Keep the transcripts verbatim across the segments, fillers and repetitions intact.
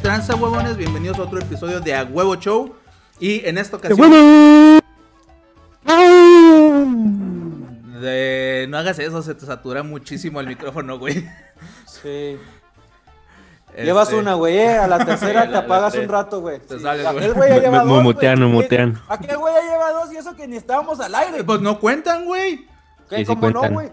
tranza, huevones? Bienvenidos a otro episodio de A Huevo Show. Y en esta ocasión... De... No hagas eso, se te satura muchísimo el micrófono, güey. Sí. Este... Llevas una, güey, eh. A la tercera te apagas un rato, güey. Te sales, güey. Aquel güey ya lleva dos, mutean, güey. mutean. Aquel güey ya lleva dos y eso que ni estábamos al aire. Pues no cuentan, güey. ¿Qué? Sí, sí ¿Cómo cuentan. no, güey?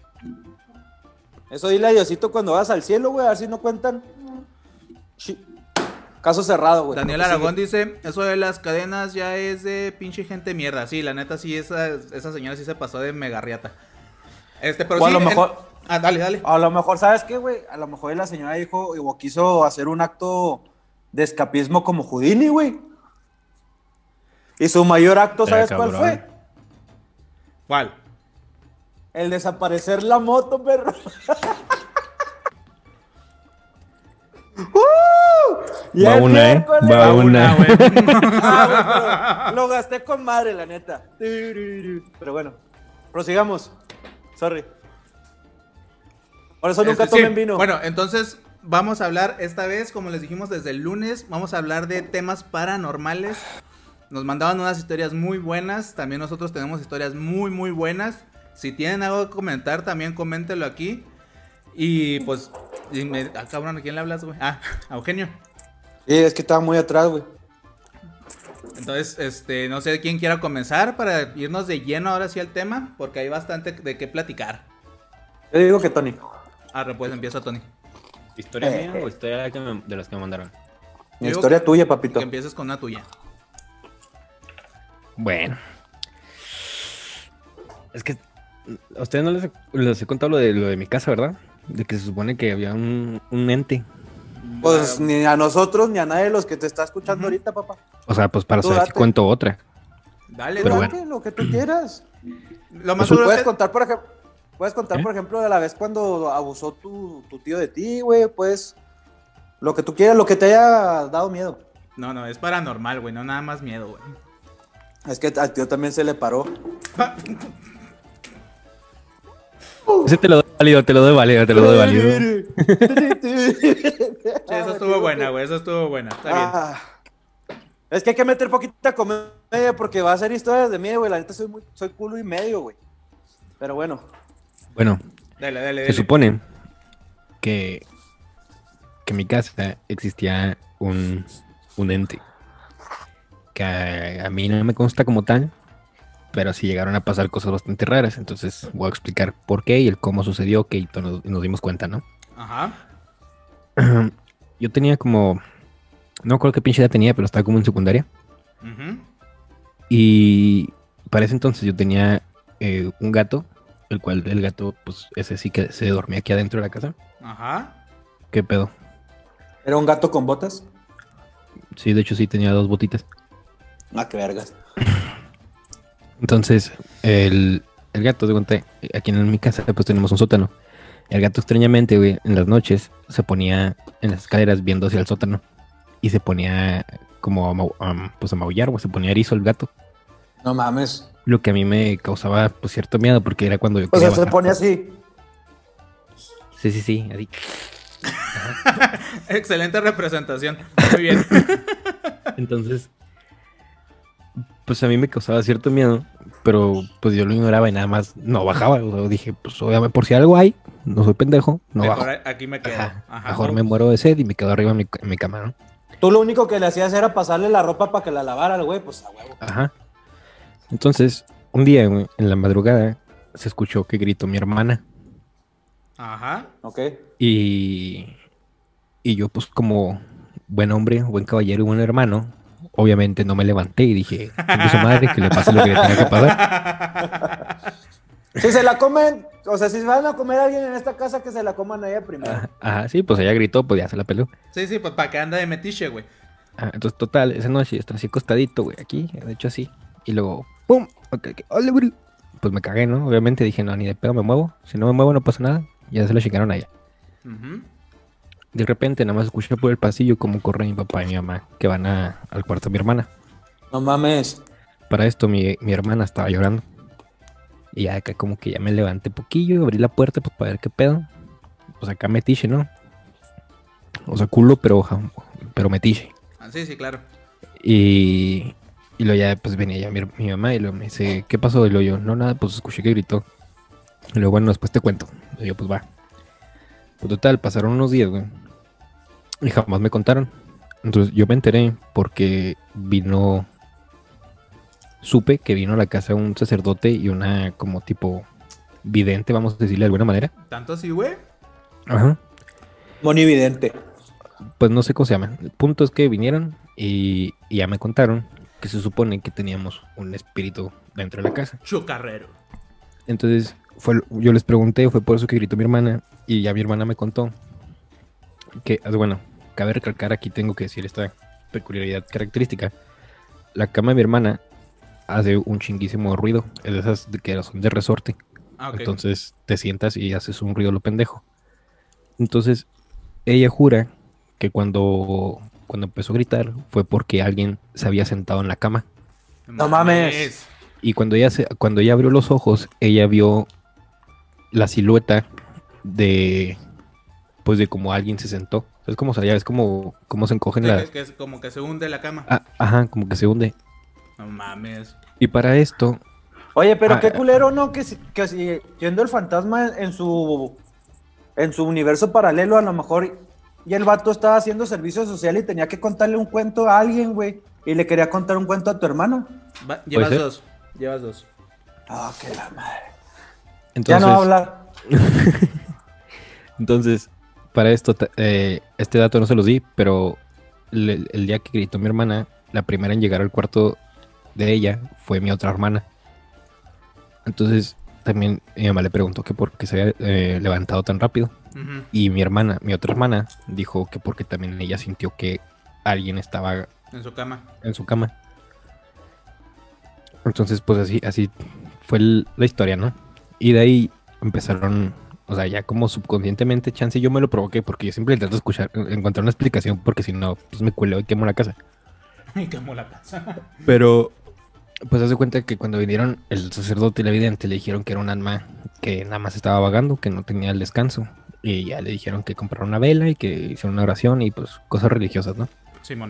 Eso dile a Diosito cuando vas al cielo, güey, a ver si no cuentan. Sí. Caso cerrado, güey. Daniel Aragón dice, eso de las cadenas ya es de pinche gente mierda. Sí, la neta sí, esa, esa señora sí se pasó de megarriata. Este, pero O a sí, lo en- mejor- Ah, dale, dale. A lo mejor, ¿sabes qué, güey? A lo mejor la señora dijo o quiso hacer un acto de escapismo como Houdini, güey. Y su mayor acto, Está ¿sabes cuál cabrón. fue? ¿Cuál? El desaparecer la moto, perro. ¡Uh! Y Va el una, ¿eh? miércoles- Va una. güey. Ah, güey, pero lo gasté con madre, la neta. Pero bueno, prosigamos. Sorry. Por eso nunca Este, sí. tomen vino. Bueno, entonces vamos a hablar esta vez, como les dijimos desde el lunes, vamos a hablar de temas paranormales. Nos mandaban unas historias muy buenas, también nosotros tenemos historias muy muy buenas. Si tienen algo que comentar, también coméntenlo aquí. Y pues, y me- ah, cabrón, ¿a quién le hablas, güey? Ah, a Eugenio. Sí, es que estaba muy atrás, güey. Entonces, este, no sé quién quiera comenzar para irnos de lleno ahora sí al tema, porque hay bastante de qué platicar. Yo digo que Tony. Ah, pues empieza Tony. ¿Historia Eh, mía o historia que me- de las que me mandaron? Mi Digo historia que- tuya, papito. Que empieces con una tuya. Bueno. Es que a ustedes no les, les he contado lo de, lo de mi casa, ¿verdad? De que se supone que había un, un ente. Pues ni a nosotros ni a nadie de los que te está escuchando Ujú. ahorita, papá. O sea, pues para Tú saber si date. cuento otra. Dale, Pero dale. bueno. Lo que tú quieras. Lo más Pues, seguro es Puedes que... contar, por ejemplo, puedes contar, ¿Eh? por ejemplo, de la vez cuando abusó tu, tu tío de ti, güey. Pues lo que tú quieras, lo que te haya dado miedo. No, no, es paranormal, güey, no nada más miedo, güey. Es que al tío también se le paró. Ese te lo doy válido, te lo doy válido, te lo doy válido. Sí, eso estuvo buena, güey, eso estuvo buena, está bien. Ah, es que hay que meter poquita comedia porque va a ser historias de miedo, güey. La neta soy muy, soy culo y medio, güey. Pero bueno. Bueno, Dale, dale, se dale. supone que, que en mi casa existía un, un ente. Que a, a mí no me consta como tal, pero sí llegaron a pasar cosas bastante raras. Entonces voy a explicar por qué y el cómo sucedió, que nos, nos dimos cuenta, ¿no? Ajá. Yo tenía como... No me acuerdo qué pinche edad tenía, pero estaba como en secundaria. Ujú. Y para ese entonces yo tenía eh, un gato, el cual el gato, pues ese sí que se dormía aquí adentro de la casa. Ajá. ¿Qué pedo? ¿Era un gato con botas? Sí, de hecho sí tenía dos botitas. Ah, qué vergas. Entonces, el, el gato, te conté, aquí en mi casa pues tenemos un sótano. El gato extrañamente, güey, en las noches se ponía en las escaleras viendo hacia el sótano. Y se ponía como a, mau- a, pues a maullar, güey, se ponía erizo el gato. No mames. Lo que a mí me causaba pues cierto miedo porque era cuando yo O quería sea, se bajar. pone así. Sí, sí, sí, así. Excelente representación. Muy bien. Entonces, pues a mí me causaba cierto miedo, pero pues yo lo ignoraba y nada más no bajaba. O sea, dije, pues obviamente por si algo hay, no soy pendejo, no Mejor bajo. aquí me quedo. Ajá, Ajá. mejor me muero de sed y me quedo arriba en mi, en mi cama, ¿no? Tú lo único que le hacías era pasarle la ropa para que la lavara al güey, pues a huevo. Ajá. Entonces, un día, güey, en la madrugada, se escuchó que gritó mi hermana. Ajá. Ok. Y, y yo, pues como buen hombre, buen caballero y buen hermano, obviamente no me levanté y dije, "Chingue su madre, que le pase lo que le tenga que pasar". Si se la comen, o sea, si van a comer a alguien en esta casa, que se la coman a ella primero. Ajá, ajá, sí, pues ella gritó, pues ya se la peló. Sí, sí, pues para que anda de metiche, güey. Ah, entonces, total, esa noche estaba así acostadito, güey, aquí, de hecho así. Y luego, ¡pum! Ok, ok, hola, bro. Pues me cagué, ¿no? Obviamente dije, no, ni de pedo me muevo. Si no me muevo no pasa nada. Ya se la chingaron a ella. Ujú. De repente nada más escuché por el pasillo cómo corren mi papá y mi mamá, que van a- al cuarto de mi hermana. No mames. Para esto mi, mi hermana estaba llorando. Y ya acá como que ya me levanté poquillo, abrí la puerta pues para ver qué pedo. Pues acá metiche, ¿no? O sea, culo, pero ja- pero metiche. Ah, sí, sí, claro. Y, y luego ya pues venía ya mi, mi mamá y luego me dice, ¿qué pasó? Y luego yo, no, nada, pues escuché que gritó. Y luego, bueno, después te cuento. Y yo, pues va. Pues total, pasaron unos días, güey. Y jamás me contaron. Entonces yo me enteré porque vino... Supe que vino a la casa un sacerdote y una como tipo vidente, vamos a decirle de alguna manera. ¿Tanto así, güey? Ajá. Monividente. Pues no sé cómo se llama. El punto es que vinieron y, y ya me contaron que se supone que teníamos un espíritu dentro de la casa. Chocarrero. Entonces fue, yo les pregunté, fue por eso que gritó mi hermana y ya mi hermana me contó que, bueno, cabe recalcar, aquí tengo que decir esta peculiaridad característica. La cama de mi hermana hace un chinguísimo ruido, es de esas de que son de resorte. Ah, ok. Entonces te sientas y haces un ruido lo pendejo. Entonces ella jura que cuando, cuando empezó a gritar fue porque alguien se había sentado en la cama. No mames. Y cuando ella, se, cuando ella abrió los ojos, ella vio la silueta de, pues de como alguien se sentó. Es como, o sea, ya ves como, como se encogen Sí, las... que, que es como que se hunde la cama. Ah, ajá, como que se hunde. No mames. Y para esto, Oye, pero Ah, qué culero, ¿no? Que, si- que si yendo el fantasma en su en su universo paralelo, a lo mejor y el vato estaba haciendo servicio social y tenía que contarle un cuento a alguien, güey. Y le quería contar un cuento a tu hermano. Va, llevas ser? dos. Llevas dos. Ah, qué la madre. entonces, Ya no va a hablar. entonces para esto, ta- eh, este dato no se los di, pero el, el día que gritó mi hermana, la primera en llegar al cuarto de ella fue mi otra hermana. Entonces también mi mamá le preguntó que por qué se había eh, levantado tan rápido. Ujú. Y mi hermana, mi otra hermana, dijo que porque también ella sintió que alguien estaba En su cama. en su cama. Entonces, pues así, así fue el- la historia, ¿no? Y de ahí empezaron, o sea, ya como subconscientemente, chance yo me lo provoqué, porque yo siempre intento escuchar, encontrar una explicación, porque si no, pues me culeo y quemo la casa. Y quemó la casa. Pero, pues hace cuenta que cuando vinieron el sacerdote y la vidente le dijeron que era un alma que nada más estaba vagando, que no tenía el descanso. Y ya le dijeron que compraron una vela y que hicieron una oración y pues cosas religiosas, ¿no? Simón.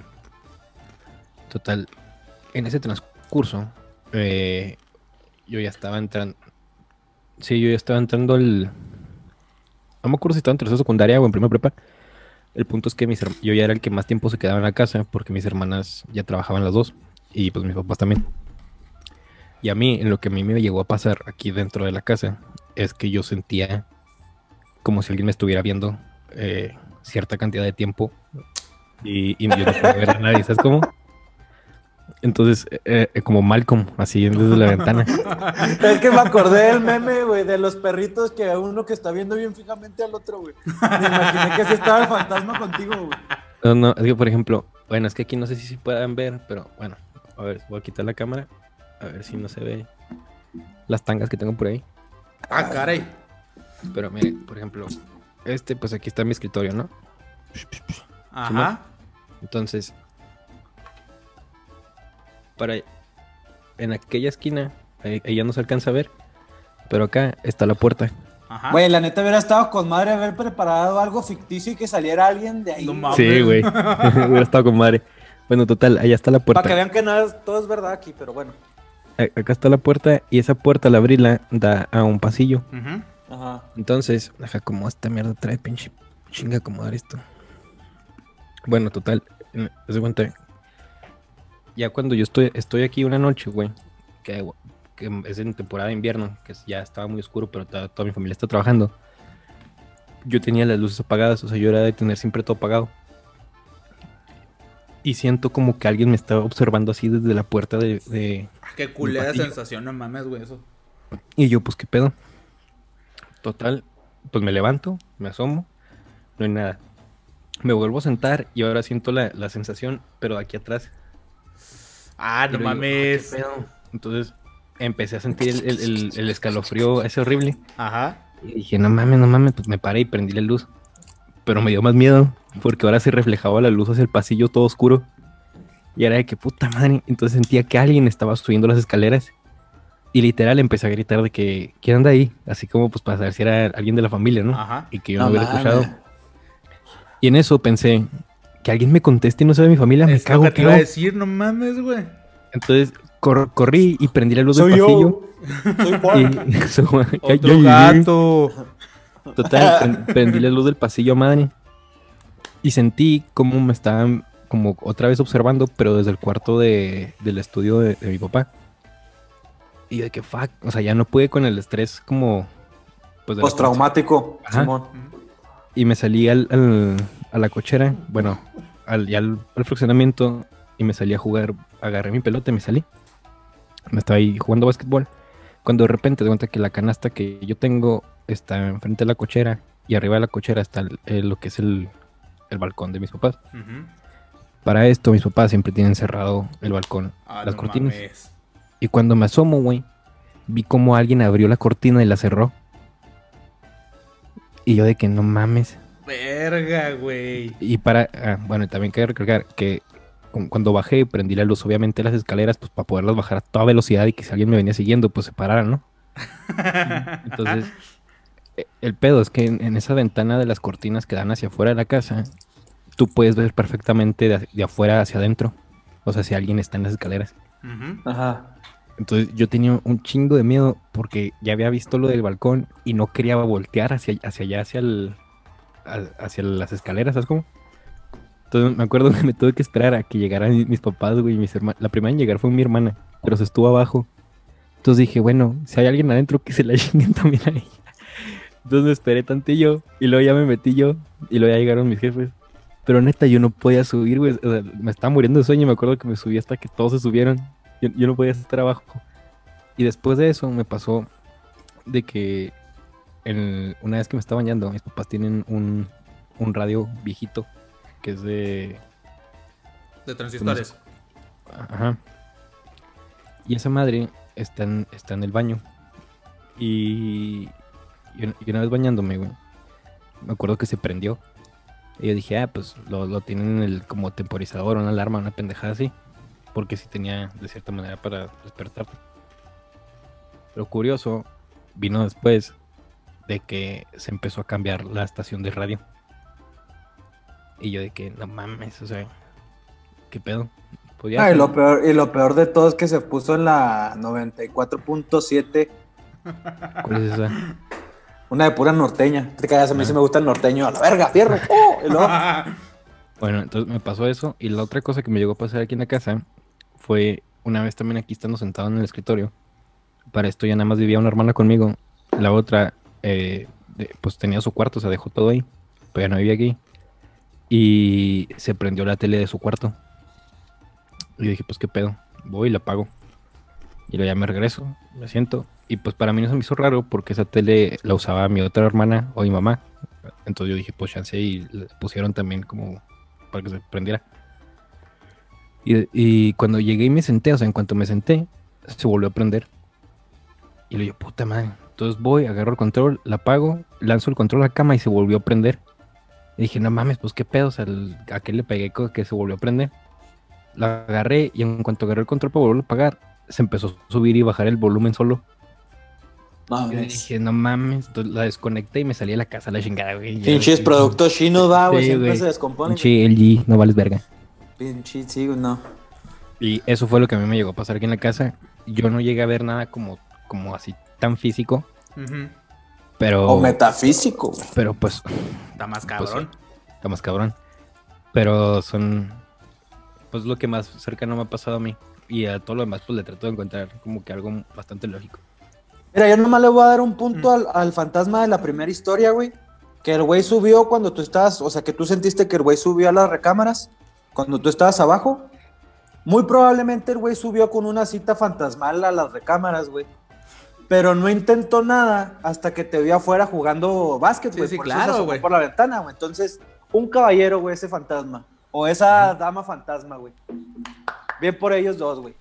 Total, en ese transcurso, eh, yo ya estaba entrando. Sí, yo ya estaba entrando al. No me acuerdo si estaba en tercera secundaria o en primera prepa. El punto es que mis herm- yo ya era el que más tiempo se quedaba en la casa porque mis hermanas ya trabajaban las dos y pues mis papás también. Y a mí, en lo que a mí me llegó a pasar aquí dentro de la casa, es que yo sentía como si alguien me estuviera viendo eh, cierta cantidad de tiempo y, y yo no podía ver a nadie, ¿sabes cómo? Entonces, eh, eh, como Malcolm, así desde la ventana. Es que me acordé del meme, güey, de los perritos que uno que está viendo bien fijamente al otro, güey. Me imaginé que sí estaba el fantasma contigo, güey. No, no, es que por ejemplo, bueno, es que aquí no sé si se puedan ver, pero bueno, a ver, voy a quitar la cámara, a ver si no se ve las tangas que tengo por ahí. Ah, caray. Pero mire, por ejemplo, este, pues aquí está mi escritorio, ¿no? Ajá. Entonces, para en aquella esquina, ahí, ahí ya no se alcanza a ver, pero acá está la puerta. Ajá. Güey, la neta hubiera estado con madre haber preparado algo ficticio y que saliera alguien de ahí. No mames. Sí, güey, hubiera estado con madre. Bueno, total, allá está la puerta. Para que vean que nada, es- todo es verdad aquí, pero bueno. A- Acá está la puerta y esa puerta al abrirla da a un pasillo. Ujú. Ajá. Entonces, deja como esta mierda trae pinche chinga acomodar esto. Bueno, total, eh, haz de cuenta. Ya cuando yo estoy, estoy aquí una noche, güey, que, que es en temporada de invierno, que es- ya estaba muy oscuro, pero toda, toda mi familia está trabajando. Yo tenía las luces apagadas, o sea, yo era de tener siempre todo apagado. Y siento como que alguien me estaba observando así desde la puerta de... de- Ah, qué culera pasillo. sensación, no mames, güey, eso. Y yo, pues, ¿qué pedo? Total, pues me levanto, me asomo, no hay nada. Me vuelvo a sentar y ahora siento la, la sensación, pero de aquí atrás. Ah, Y no luego digo, mames. "Ah, ¿qué pedo?". Entonces empecé a sentir el, el- el- el escalofrío ese horrible. Ajá. Y dije, no mames, no mames, pues me paré y prendí la luz. Pero me dio más miedo, porque ahora se reflejaba la luz hacia el pasillo todo oscuro. Y era de que puta madre. Entonces sentía que alguien estaba subiendo las escaleras. Y literal empecé a gritar de que, ¿quién anda ahí? Así como pues para saber si era alguien de la familia, ¿no? Ajá. Y que yo No no, hubiera mames. escuchado. Y en eso pensé, que alguien me conteste y no sea de mi familia, me Es cago. lo que te ¿qué iba a hago? decir, no mames, güey. Entonces cor- corrí y prendí la luz Soy del yo. pasillo. Soy Juan. Y, so- ya- ya Otro llegué. gato. Total, pre- prendí la luz del pasillo a madre. Y sentí como me estaban como otra vez observando, pero desde el cuarto de, del estudio de, de mi papá. Y de que fuck, o sea, ya no pude con el estrés como... Pues, de la Postraumático, Ajá. Simón. Y me salí al, al- a la cochera, bueno, al, ya al, al fraccionamiento, y me salí a jugar, agarré mi pelota y me salí. Me estaba ahí jugando básquetbol, cuando de repente te cuenta que la canasta que yo tengo está enfrente de la cochera, y arriba de la cochera está el- el- lo que es el, el balcón de mis papás. Ujú. Para esto, mis papás siempre tienen cerrado el balcón, Ah, las no cortinas. mames. Y cuando me asomo, güey, vi como alguien abrió la cortina y la cerró. Y yo de que no mames. Verga, güey. Y para, ah, bueno, y también quiero recalcar que cu- cuando bajé y prendí la luz, obviamente las escaleras, pues para poderlas bajar a toda velocidad y que si alguien me venía siguiendo, pues se parara, ¿no? Entonces, e- el pedo es que en, en esa ventana de las cortinas que dan hacia afuera de la casa, tú puedes ver perfectamente de, de afuera hacia adentro. O sea, si alguien está en las escaleras. Ujú. Ajá. Entonces yo tenía un chingo de miedo porque ya había visto lo del balcón y no quería voltear hacia, hacia allá, hacia el, a- hacia las escaleras, ¿sabes cómo? Entonces me acuerdo que me tuve que esperar a que llegaran mi- mis papás, güey, y mis hermanos. La primera en llegar fue mi hermana, pero se estuvo abajo. Entonces dije, bueno, si hay alguien adentro, que se la chinguen también a ella. Entonces me esperé tantillo y luego ya me metí yo y luego ya llegaron mis jefes. Pero neta, yo no podía subir, güey. O sea, me estaba muriendo de sueño y me acuerdo que me subí hasta que todos se subieron. Yo, yo no podía estar abajo. Y después de eso me pasó de que en- una vez que me estaba bañando, mis papás tienen un, un radio viejito que es de... De transistores. Ajá. Y esa madre está en, está en el baño. Y, y una- y una vez bañándome, güey, me acuerdo que se prendió. Y yo dije, ah, pues lo, lo tienen en el, como temporizador, una alarma, una pendejada así. Porque sí tenía de cierta manera para despertarte. Lo curioso vino después de que se empezó a cambiar la estación de radio. Y yo de que, no mames, o sea, ¿qué pedo? Pues ya Ah, y se- lo peor, y lo peor de todo es que se puso en la noventa y cuatro punto siete, ¿Cuál es esa? una de pura norteña. Te cagas, a mí Ah. sí me gusta el norteño. A la verga, fierro. ¡Oh! Y luego, Bueno, entonces me pasó eso. Y la otra cosa que me llegó a pasar aquí en la casa fue una vez también aquí estando sentado en el escritorio. Para esto ya nada más vivía una hermana conmigo. La otra, eh, de- pues tenía su cuarto, o sea, dejó todo ahí. Pero ya no vivía aquí. Y se prendió la tele de su cuarto. Y yo dije, pues qué pedo. Voy y la apago. Y luego ya me regreso, me siento. Y pues para mí no se me hizo raro porque esa tele la usaba mi otra hermana o mi mamá. Entonces yo dije, pues chance y le pusieron también como para que se prendiera. Y, y cuando llegué y me senté, o sea, en cuanto me senté, se volvió a prender. Y le digo, puta madre. Entonces voy, agarro el control, la apago, lanzo el control a la cama y se volvió a prender. Y dije, no mames, pues qué pedo, o sea, el- ¿a qué le pegué co- que se volvió a prender? La agarré y en cuanto agarré el control para volverlo a apagar, se empezó a subir y bajar el volumen solo. no, Yo dije, no mames, entonces la desconecté y me salí a la casa a la chingada, güey. Ya- pinches productos chinos, va, güey. Sí, Siempre güey. se descomponen. Pinche L G, no vales verga. Pinche, sí, güey, no. Y eso fue lo que a mí me llegó a pasar aquí en la casa. Yo no llegué a ver nada como, como así tan físico, Ujú. pero... O metafísico, güey. Pero pues, Está más pues, cabrón. está más cabrón. Pero son... Pues lo que más cercano me ha pasado a mí. Y a todo lo demás pues le trato de encontrar como que algo bastante lógico. Mira, yo nomás le voy a dar un punto al, al fantasma de la primera historia, güey. Que el güey subió cuando tú estabas, o sea, que tú sentiste que el güey subió a las recámaras cuando tú estabas abajo. Muy probablemente el güey subió con una cita fantasmal a las recámaras, güey. Pero no intentó nada hasta que te vio afuera jugando básquet, Sí, güey. sí, por eso claro, se asomó güey. por la ventana, güey. Entonces, un caballero, güey, ese fantasma. O esa dama fantasma, güey. Bien por ellos dos, güey.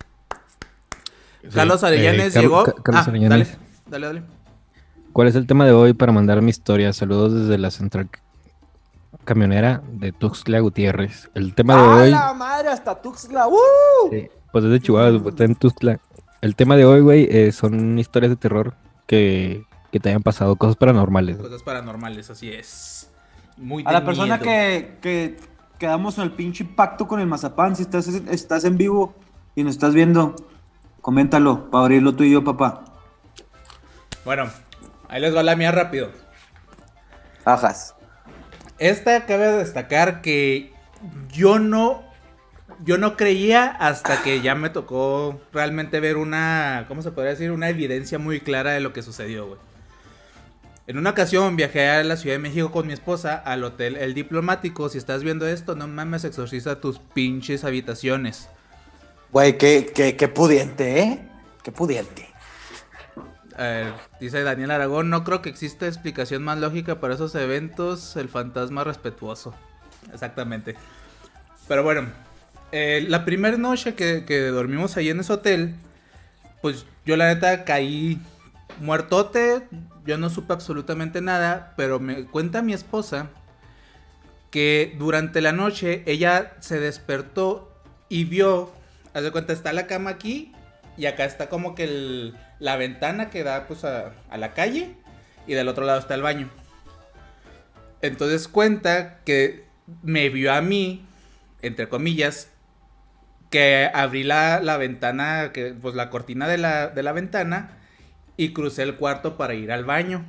Carlos Sí, Arellanes eh, Car- llegó. Ca- Carlos Ah, Arellanes. dale, dale, dale. ¿Cuál es el tema de hoy para mandar mi historia? Saludos desde la central camionera de Tuxtla Gutiérrez. El tema de ¡A hoy... la madre! Hasta Tuxtla. ¡Uh! Sí, pues desde Chihuahua, pues, está en Tuxtla. El tema de hoy, güey, eh, son historias de terror que, que te hayan pasado, cosas paranormales. Cosas paranormales, así es. Muy A de la persona miedo. que, que, quedamos en el pinche pacto con el mazapán. Si estás, estás en vivo y nos estás viendo, coméntalo para abrirlo tú y yo, papá. Bueno, ahí les va la mía rápido. Ajas. Esta cabe destacar que yo no, yo no creía hasta que ya me tocó realmente ver una, ¿cómo se podría decir? Una evidencia muy clara de lo que sucedió, güey. En una ocasión viajé a la Ciudad de México con mi esposa al hotel El Diplomático. Si estás viendo esto, no mames, exorciza tus pinches habitaciones. Güey, qué, qué, qué pudiente, ¿eh? Qué pudiente. A ver, dice Daniel Aragón, no creo que exista explicación más lógica para esos eventos, el fantasma respetuoso. Exactamente. Pero bueno, eh, la primera noche que, que dormimos ahí en ese hotel, pues yo la neta caí muertote, yo no supe absolutamente nada, pero me cuenta mi esposa que durante la noche ella se despertó y vio, haz de cuenta, está la cama aquí y acá está como que el, la ventana que da pues a, a la calle y del otro lado está el baño. Entonces cuenta que me vio a mí, entre comillas, que abrí la, la ventana, que, pues la cortina de la, de la ventana y crucé el cuarto para ir al baño.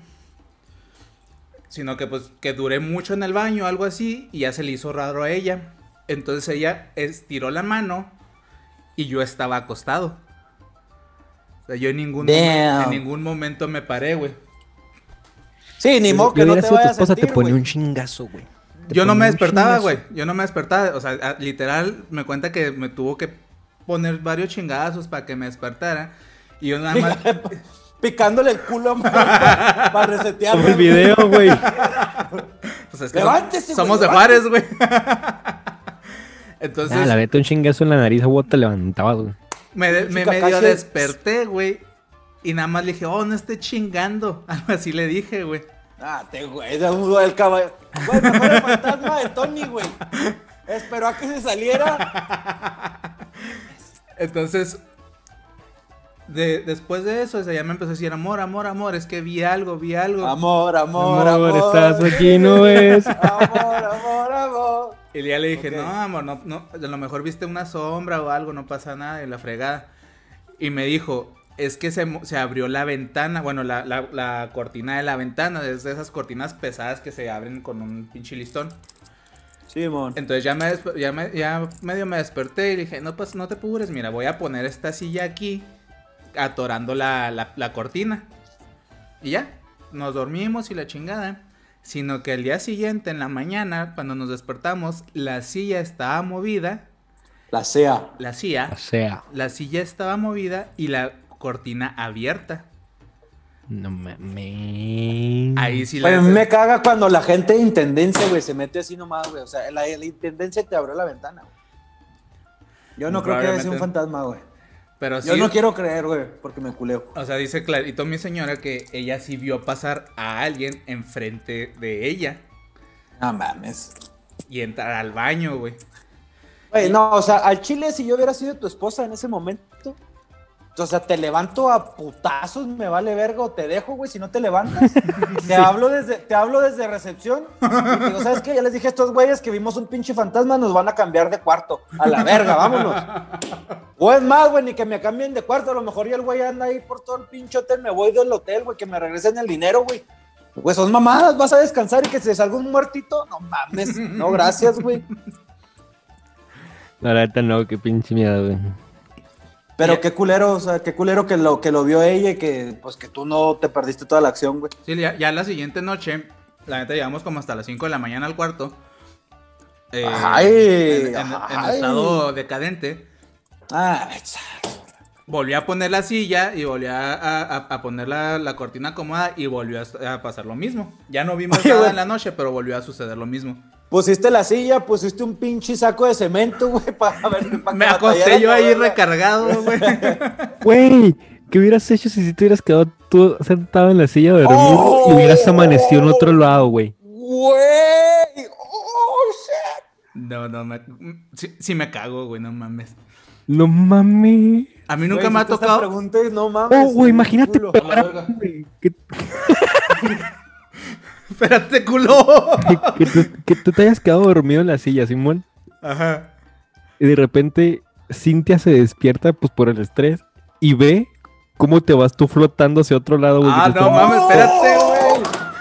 Sino que pues que duré mucho en el baño, algo así, y ya se le hizo raro a ella. Entonces ella estiró la mano y yo estaba acostado. O sea, yo en ningún, momento, en ningún momento me paré, güey. Sí, ni modo que no te vayas a sentir, tu esposa te ponía güey. un chingazo, güey. Yo no me despertaba, güey. Yo no me despertaba. O sea, a, literal, me cuenta que me tuvo que poner varios chingazos para que me despertara. Y yo nada más... Picándole el culo para, para resetearlo. Sobre el video, güey. Pues es que Levántese, somos güey, de Juárez, güey. Entonces... Ah, la neta, un chingazo en la nariz a vos te levantabas, güey. Me, de, me medio desperté, güey. Y nada más le dije, oh, no esté chingando. Algo así le dije, güey. Ah, te güey, el caballo. Güey, mejor el fantasma de Tony, güey. Esperó a que se saliera. Entonces, de, después de eso, o sea, ya me empezó a decir, amor, amor, amor, es que vi algo, vi algo. Amor, amor, amor. amor estás aquí, no ves. Amor, amor, amor. Y ya le dije, Okay. no, amor, no, no, a lo mejor viste una sombra o algo, no pasa nada, y la fregada. Y me dijo, es que se, se abrió la ventana, bueno, la, la, la cortina de la ventana, es de esas cortinas pesadas que se abren con un pinche listón. Sí, mon. Entonces ya, me, ya, me, ya medio me desperté y dije, no, pues no te apures, mira, voy a poner esta silla aquí, atorando la, la, la cortina. Y ya, nos dormimos y la chingada. Sino que el día siguiente, en la mañana, cuando nos despertamos, la silla estaba movida. La sea. La silla. O sea. La silla estaba movida y la cortina abierta. No mames. Ahí sí Pues la... me caga cuando la gente de intendencia, güey, se mete así nomás, güey. O sea, la, la intendencia te abrió la ventana, güey. Yo no creo que haya sido un fantasma, güey. Pero sí, yo no quiero creer, güey, porque me culeo. O sea, dice clarito mi señora que ella sí vio pasar a alguien enfrente de ella. No mames. Y entrar al baño, güey. Güey, no, o sea, al chile, si yo hubiera sido tu esposa en ese momento, o sea, te levanto a putazos, me vale verga, o te dejo, güey, si no te levantas. Te, sí. hablo desde, te hablo desde recepción. Y digo, ¿sabes qué? Ya les dije a estos güeyes que vimos un pinche fantasma, nos van a cambiar de cuarto. A la verga, vámonos. O es más, güey, ni que me cambien de cuarto. A lo mejor ya el güey anda ahí por todo el pinche hotel. Me voy del hotel, güey, que me regresen el dinero, güey. Güey, son mamadas, vas a descansar y que se salga un muertito. No mames, no, gracias, güey. La neta no, qué pinche miedo, güey. Pero qué culero, o sea, qué culero que lo, que lo vio ella y que, pues, que tú no te perdiste toda la acción, güey. Sí, ya, ya la siguiente noche, la neta, llegamos como hasta las cinco de la mañana al cuarto. Eh, ay, en, en, ay. en estado decadente. Ah, volví a poner la silla y volví a, a, a poner la, la cortina cómoda y volvió a, a pasar lo mismo. Ya no vimos Oye, nada güey. en la noche, pero volvió a suceder lo mismo. Pusiste la silla, pusiste un pinche saco de cemento, güey, para ver. Pa Me acosté yo ahí recargado, güey. Güey, ¿qué hubieras hecho si, si te hubieras quedado tú sentado en la silla de dormir oh, y hubieras amanecido en otro lado, güey? Güey, oh, shit. No, no, me, sí, sí me cago, güey, no mames. No mames. A mí nunca Güey, me si ha tocado. Pregunté, no mames. Oh, güey, imagínate. Culo. Güey, ¿qué... Espérate, culo. que, tú, que tú te hayas quedado dormido en la silla, Simón. Ajá. Y de repente Cintia se despierta pues por el estrés y ve cómo te vas tú flotando hacia otro lado, güey. Ah, que te no están- mames, espérate, güey.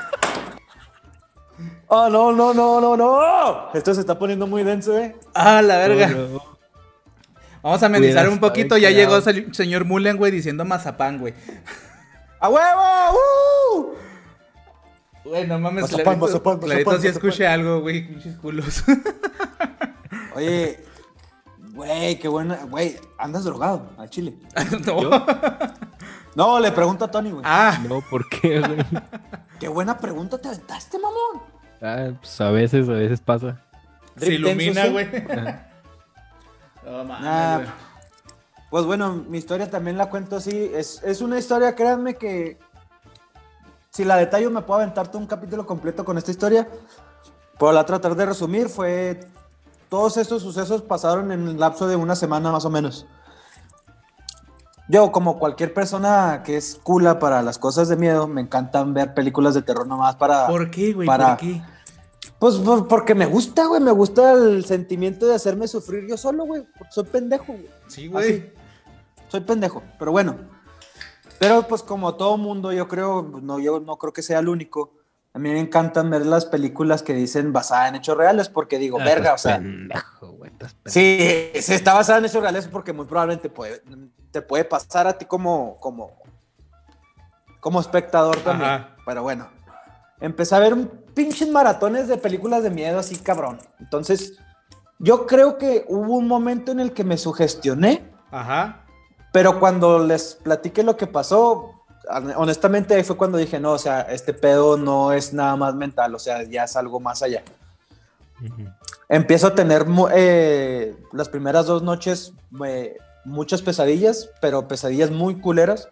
Oh, no, no, no, no, no. Esto se está poniendo muy denso, eh. Ah, la verga. No, no. Vamos a amenizar Hubiera un poquito. estado Ya llegó cagado. el señor Mullen, güey, diciendo mazapán, güey. ¡A huevo! ¡Uh! Güey, no mames, Mazapán, Clarito, mazapán, Clarito mazapán, sí mazapán. escuché algo, güey, pinches culos. Oye, güey, qué buena. Güey, andas drogado al chile. No. No, le pregunto a Tony, güey. Ah, No, ¿por qué, güey? Qué buena pregunta te aventaste, mamón. Ah, pues a veces, a veces pasa. se Drip ilumina, denso, güey. ¿sí? Ajá. No mames, Nah, güey. Pues bueno, mi historia también la cuento así. Es, es una historia, créanme que si la detallo me puedo aventarte un capítulo completo con esta historia. Pero la tratar de resumir fue... Todos estos sucesos pasaron en el lapso de una semana más o menos. Yo, como cualquier persona que es cula para las cosas de miedo, me encantan ver películas de terror nomás para... ¿Por qué, güey? para- ¿Por qué? Pues por- porque me gusta, güey. Me gusta el sentimiento de hacerme sufrir yo solo, güey. Porque soy pendejo, güey. Sí, güey. Soy pendejo, pero bueno. Pero pues como todo mundo, yo creo, no, yo no creo que sea el único. A mí me encantan ver las películas que dicen basada en hechos reales porque digo, Ah, verga, o estás sea... pendejo, güey, estás pendejo. Sí, sí está basada en hechos reales porque muy probablemente puede, te puede pasar a ti como, como, como espectador también. Ajá. Pero bueno, empecé a ver un pinches maratones de películas de miedo así cabrón. Entonces, yo creo que hubo un momento en el que me sugestioné, Ajá. pero cuando les platiqué lo que pasó, honestamente ahí fue cuando dije, no, o sea, este pedo no es nada más mental, o sea, ya es algo más allá. Ujú. Empiezo a tener mu- eh, las primeras dos noches eh, muchas pesadillas, pero pesadillas muy culeras.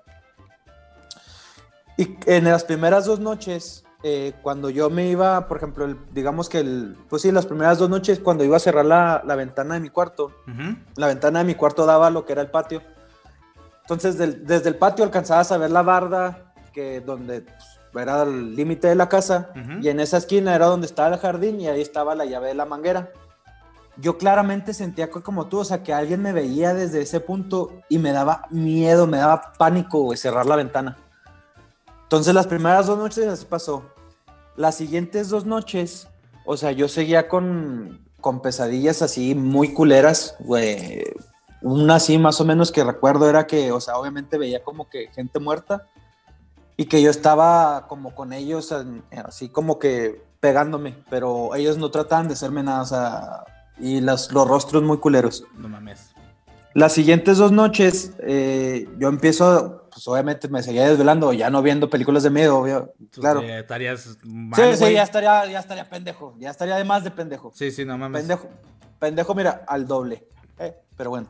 Y en las primeras dos noches, eh, cuando yo me iba, por ejemplo, el- digamos que, el, pues sí, las primeras dos noches, cuando iba a cerrar la, la ventana de mi cuarto, Ujú. la ventana de mi cuarto daba a lo que era el patio. Entonces, del- desde el patio alcanzabas a ver la barda, que donde pues, era el límite de la casa, Ujú. y en esa esquina era donde estaba el jardín y ahí estaba la llave de la manguera. Yo claramente sentía que como tú, o sea, que alguien me veía desde ese punto y me daba miedo, me daba pánico, güey, cerrar la ventana. Entonces, las primeras dos noches así pasó. Las siguientes dos noches, o sea, yo seguía con, con pesadillas así muy culeras, güey. Una así más o menos que recuerdo era que, o sea, obviamente veía como que gente muerta y que yo estaba como con ellos, en- así como que pegándome, pero ellos no trataban de hacerme nada, o sea, y las, los rostros muy culeros. No mames. Las siguientes dos noches, eh, yo empiezo, pues obviamente me seguía desvelando, ya no viendo películas de miedo, obvio, Tú claro. te- estarías mal, Sí, sí, güey. ya estaría, ya estaría pendejo, ya estaría de más de pendejo. Sí, sí, no mames. Pendejo, pendejo, mira, al doble. Eh, pero bueno.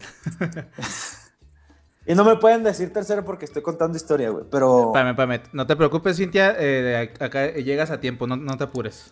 Y no me pueden decir tercero porque estoy contando historia, güey. Pero. Espérame, espérame. No te preocupes, Cintia. eh, acá llegas a tiempo, no, no te apures.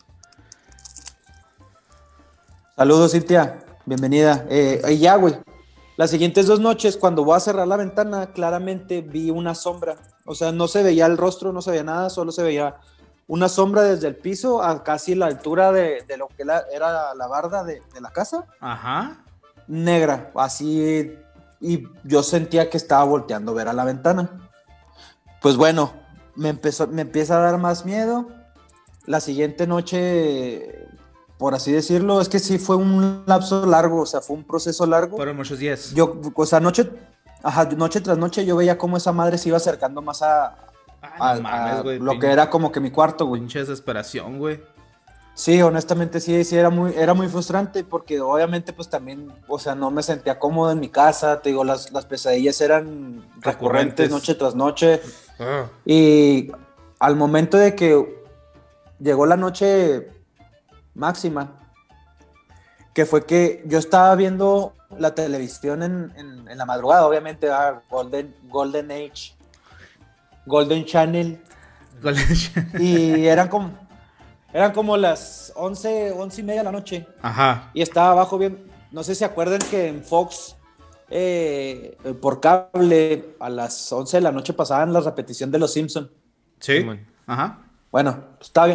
Saludos, Cintia. Bienvenida. Eh, y ya, güey. Las siguientes dos noches, cuando voy a cerrar la ventana, claramente vi una sombra. O sea, no se veía el rostro, no se veía nada, solo se veía una sombra desde el piso a casi la altura de, de lo que la- era la barda de, de la casa. Ajá. Negra, así, y yo sentía que estaba volteando a ver a la ventana. Pues bueno, me, empezó, me empieza a dar más miedo. La siguiente noche, por así decirlo, es que sí fue un lapso largo, o sea, fue un proceso largo. Fueron muchos días. Yo, o sea, noche, ajá, noche tras noche yo veía cómo esa madre se iba acercando más a, a- Ah, no mames, a güey. lo pin- que era como que mi cuarto, güey. Pinche desesperación, güey. Sí, honestamente sí, sí, era muy, era muy frustrante porque obviamente pues también, o sea, no me sentía cómodo en mi casa, te digo, las, las pesadillas eran recurrentes, Recurrentes. noche tras noche Ah. y al momento de que llegó la noche máxima, que fue que yo estaba viendo la televisión en, en- en la madrugada, obviamente, ah, Golden, Golden Age, Golden Channel, y eran como, eran como las once, once y media de la noche. Ajá. Y estaba abajo bien. No sé si se acuerdan que en Fox, eh, por cable, a las once de la noche pasaban la repetición de Los Simpson. Sí. Simón. Ajá. Bueno, pues, estaba bien.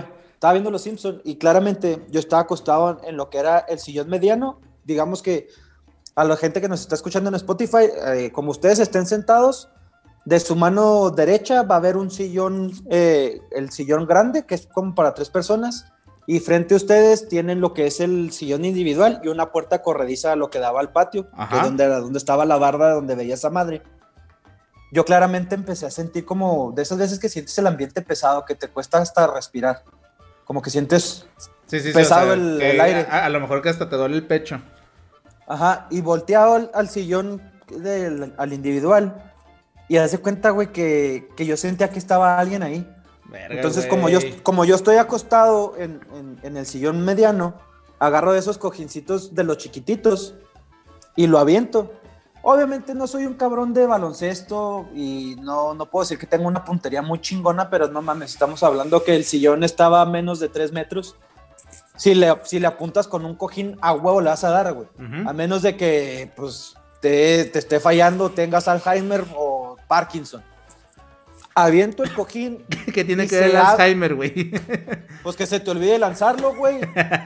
estaba viendo Los Simpsons y claramente yo estaba acostado en lo que era el sillón mediano. Digamos que a la gente que nos está escuchando en Spotify, eh, como ustedes estén sentados, de su mano derecha va a haber un sillón, eh, el sillón grande, que es como para tres personas, y frente a ustedes tienen lo que es el sillón individual y una puerta corrediza a lo que daba al patio, Ajá. que es donde, donde estaba la barda donde veía esa madre. Yo claramente empecé a sentir como de esas veces que sientes el ambiente pesado, que te cuesta hasta respirar, como que sientes Sí, sí, sí, pesado o sea, el, que el aire. A, a lo mejor que hasta te duele el pecho. Ajá, y volteado al, al sillón del, al individual y hace cuenta, güey, que, que yo sentía que estaba alguien ahí. Verga, Entonces, güey. como yo, como yo estoy acostado en, en, en el sillón mediano, agarro de esos cojincitos de los chiquititos y lo aviento. Obviamente no soy un cabrón de baloncesto y no, no puedo decir que tengo una puntería muy chingona, pero no mames, estamos hablando que el sillón estaba a menos de tres metros. Si le, si le apuntas con un cojín, a huevo le vas a dar, güey. Ujú. A menos de que, pues, te, te esté fallando, tengas Alzheimer o Parkinson. Aviento el cojín. ¿Qué tiene y que ver se el ab- Alzheimer, güey? Pues que se te olvide lanzarlo, güey.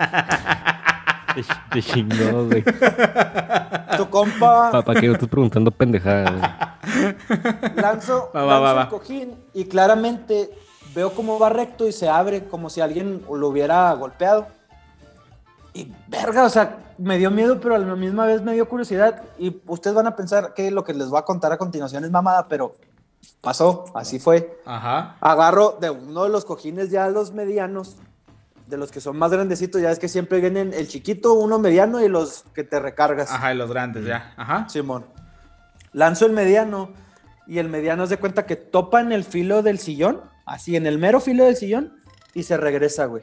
Te, te chingó, güey. Tu compa Papá, que yo estoy preguntando pendejadas. lanzo, Va, va, lanzo va, el va. cojín y claramente veo cómo va recto y se abre como si alguien lo hubiera golpeado. Y verga, o sea, me dio miedo, pero a la misma vez me dio curiosidad. Y ustedes van a pensar que lo que les voy a contar a continuación es mamada, pero pasó, así fue. Ajá. Agarro de uno de los cojines ya los medianos, de los que son más grandecitos, ya es que siempre vienen el chiquito, uno mediano y los que te recargas. Ajá, y los grandes, ya. Ajá. Simón. Lanzo el mediano y el mediano se cuenta que topa en el filo del sillón, así en el mero filo del sillón, y se regresa, güey.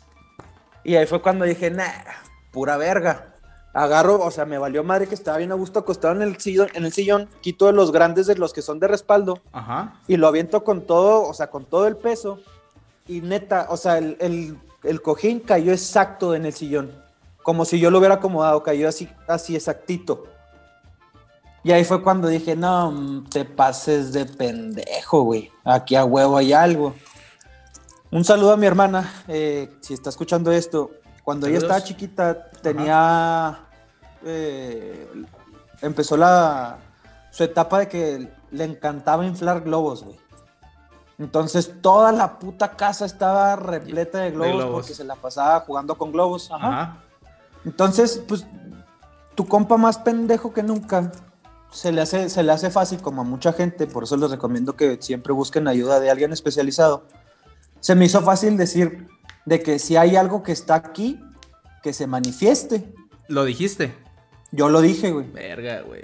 Y ahí fue cuando dije, nah, pura verga. Agarro, o sea, me valió madre que estaba bien a gusto acostado en el sillón, en el sillón, quito de los grandes de los que son de respaldo Ajá. y lo aviento con todo, o sea, con todo el peso. Y neta, o sea, el, el, el cojín cayó exacto en el sillón. Como si yo lo hubiera acomodado, cayó así, así exactito. Y ahí fue cuando dije, no, mm, te pases de pendejo, güey. Aquí a huevo hay algo. Un saludo a mi hermana, eh, si está escuchando esto. Cuando ella Saludos. estaba chiquita, tenía... eh, empezó la, su etapa de que le encantaba inflar globos, güey. Entonces toda la puta casa estaba repleta de globos, globos. porque se la pasaba jugando con globos. Ajá. Ajá. Entonces, pues, tu compa más pendejo que nunca se le hace, se le hace fácil, como a mucha gente, por eso les recomiendo que siempre busquen ayuda de alguien especializado. Se me hizo fácil decir de que si hay algo que está aquí, que se manifieste. ¿Lo dijiste? Yo lo dije, güey. Verga, güey.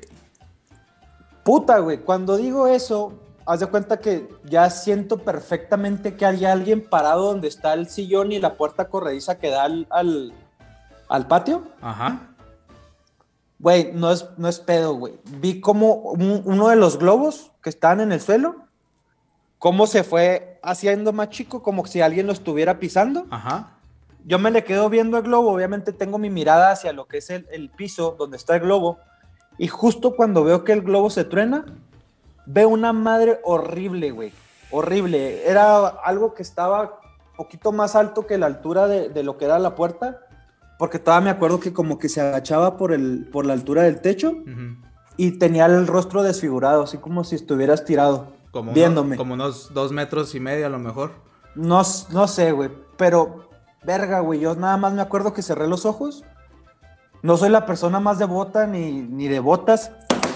Puta, güey, cuando digo eso, haz de cuenta que ya siento perfectamente que hay alguien parado donde está el sillón y la puerta corrediza que da al, al, al patio. Ajá. Güey, no es, no es pedo, güey. Vi como un- uno de los globos que estaban en el suelo, cómo se fue haciendo más chico, como si alguien lo estuviera pisando. Ajá. Yo me le quedo viendo el globo, obviamente tengo mi mirada hacia lo que es el, el piso donde está el globo, y justo cuando veo que el globo se truena, veo una madre horrible, güey. Horrible. Era algo que estaba un poquito más alto que la altura de, de lo que era la puerta, porque todavía me acuerdo que como que se agachaba por, el, por la altura del techo Ujú. y tenía el rostro desfigurado, así como si estuvieras tirado, Como viéndome. Unos, como unos dos metros y medio a lo mejor. No, no sé, güey, pero verga, güey, yo nada más me acuerdo que cerré los ojos. No soy la persona más devota ni, ni de botas.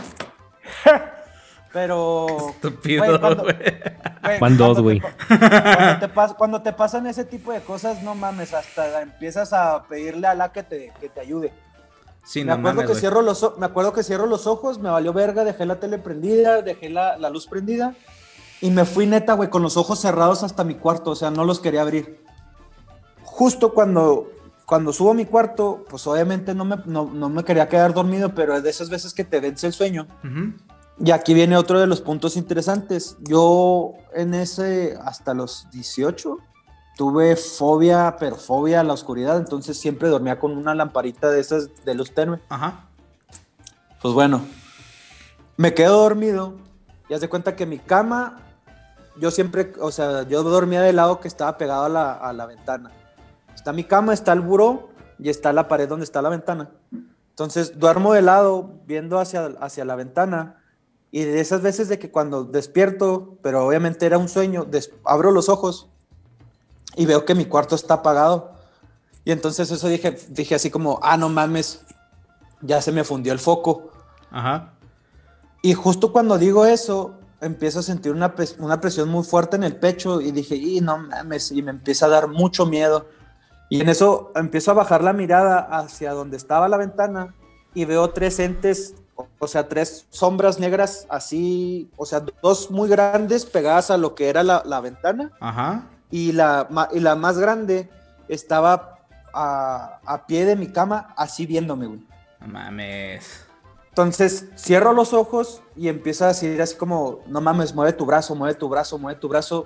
Pero... Estúpido, güey, cuando- güey. güey, Van dos, cuando güey. te pa- Cuando, te pas- cuando te pasan ese tipo de cosas, no mames, hasta empiezas a pedirle a la que te, que te ayude. Sí, me, no acuerdo mames, que güey. cierro los, o- me acuerdo que cierro los ojos, me valió verga, dejé la tele prendida, dejé la, la luz prendida y me fui neta, güey, con los ojos cerrados hasta mi cuarto, o sea, no los quería abrir. Justo cuando, cuando subo a mi cuarto, pues obviamente no me, no, no me quería quedar dormido, pero es de esas veces que te vence el sueño. Ujú. Y aquí viene otro de los puntos interesantes. Yo en ese, hasta los dieciocho, tuve fobia, pero fobia a la oscuridad, entonces siempre dormía con una lamparita de esas de luz tenue. Ajá. Pues bueno, me quedo dormido y haz de cuenta que mi cama, yo siempre, o sea, yo dormía del lado que estaba pegado a la, a la ventana. Está mi cama, está el buró y está la pared donde está la ventana. Entonces duermo de lado, viendo hacia, hacia la ventana. Y de esas veces de que cuando despierto, pero obviamente era un sueño, des- abro los ojos y veo que mi cuarto está apagado. Y entonces eso dije, dije así como, ah, no mames, ya se me fundió el foco. Ajá. Y justo cuando digo eso, empiezo a sentir una, pres- una presión muy fuerte en el pecho y dije, y no mames, y me empieza a dar mucho miedo. Y en eso empiezo a bajar la mirada hacia donde estaba la ventana y veo tres entes, o, o sea, tres sombras negras así, o sea, dos muy grandes pegadas a lo que era la, la ventana. Ajá. Y la, ma- y la más grande estaba a, a pie de mi cama, así viéndome, güey. No mames. Entonces cierro los ojos y empiezo a decir así como, no mames, mueve tu brazo, mueve tu brazo, mueve tu brazo.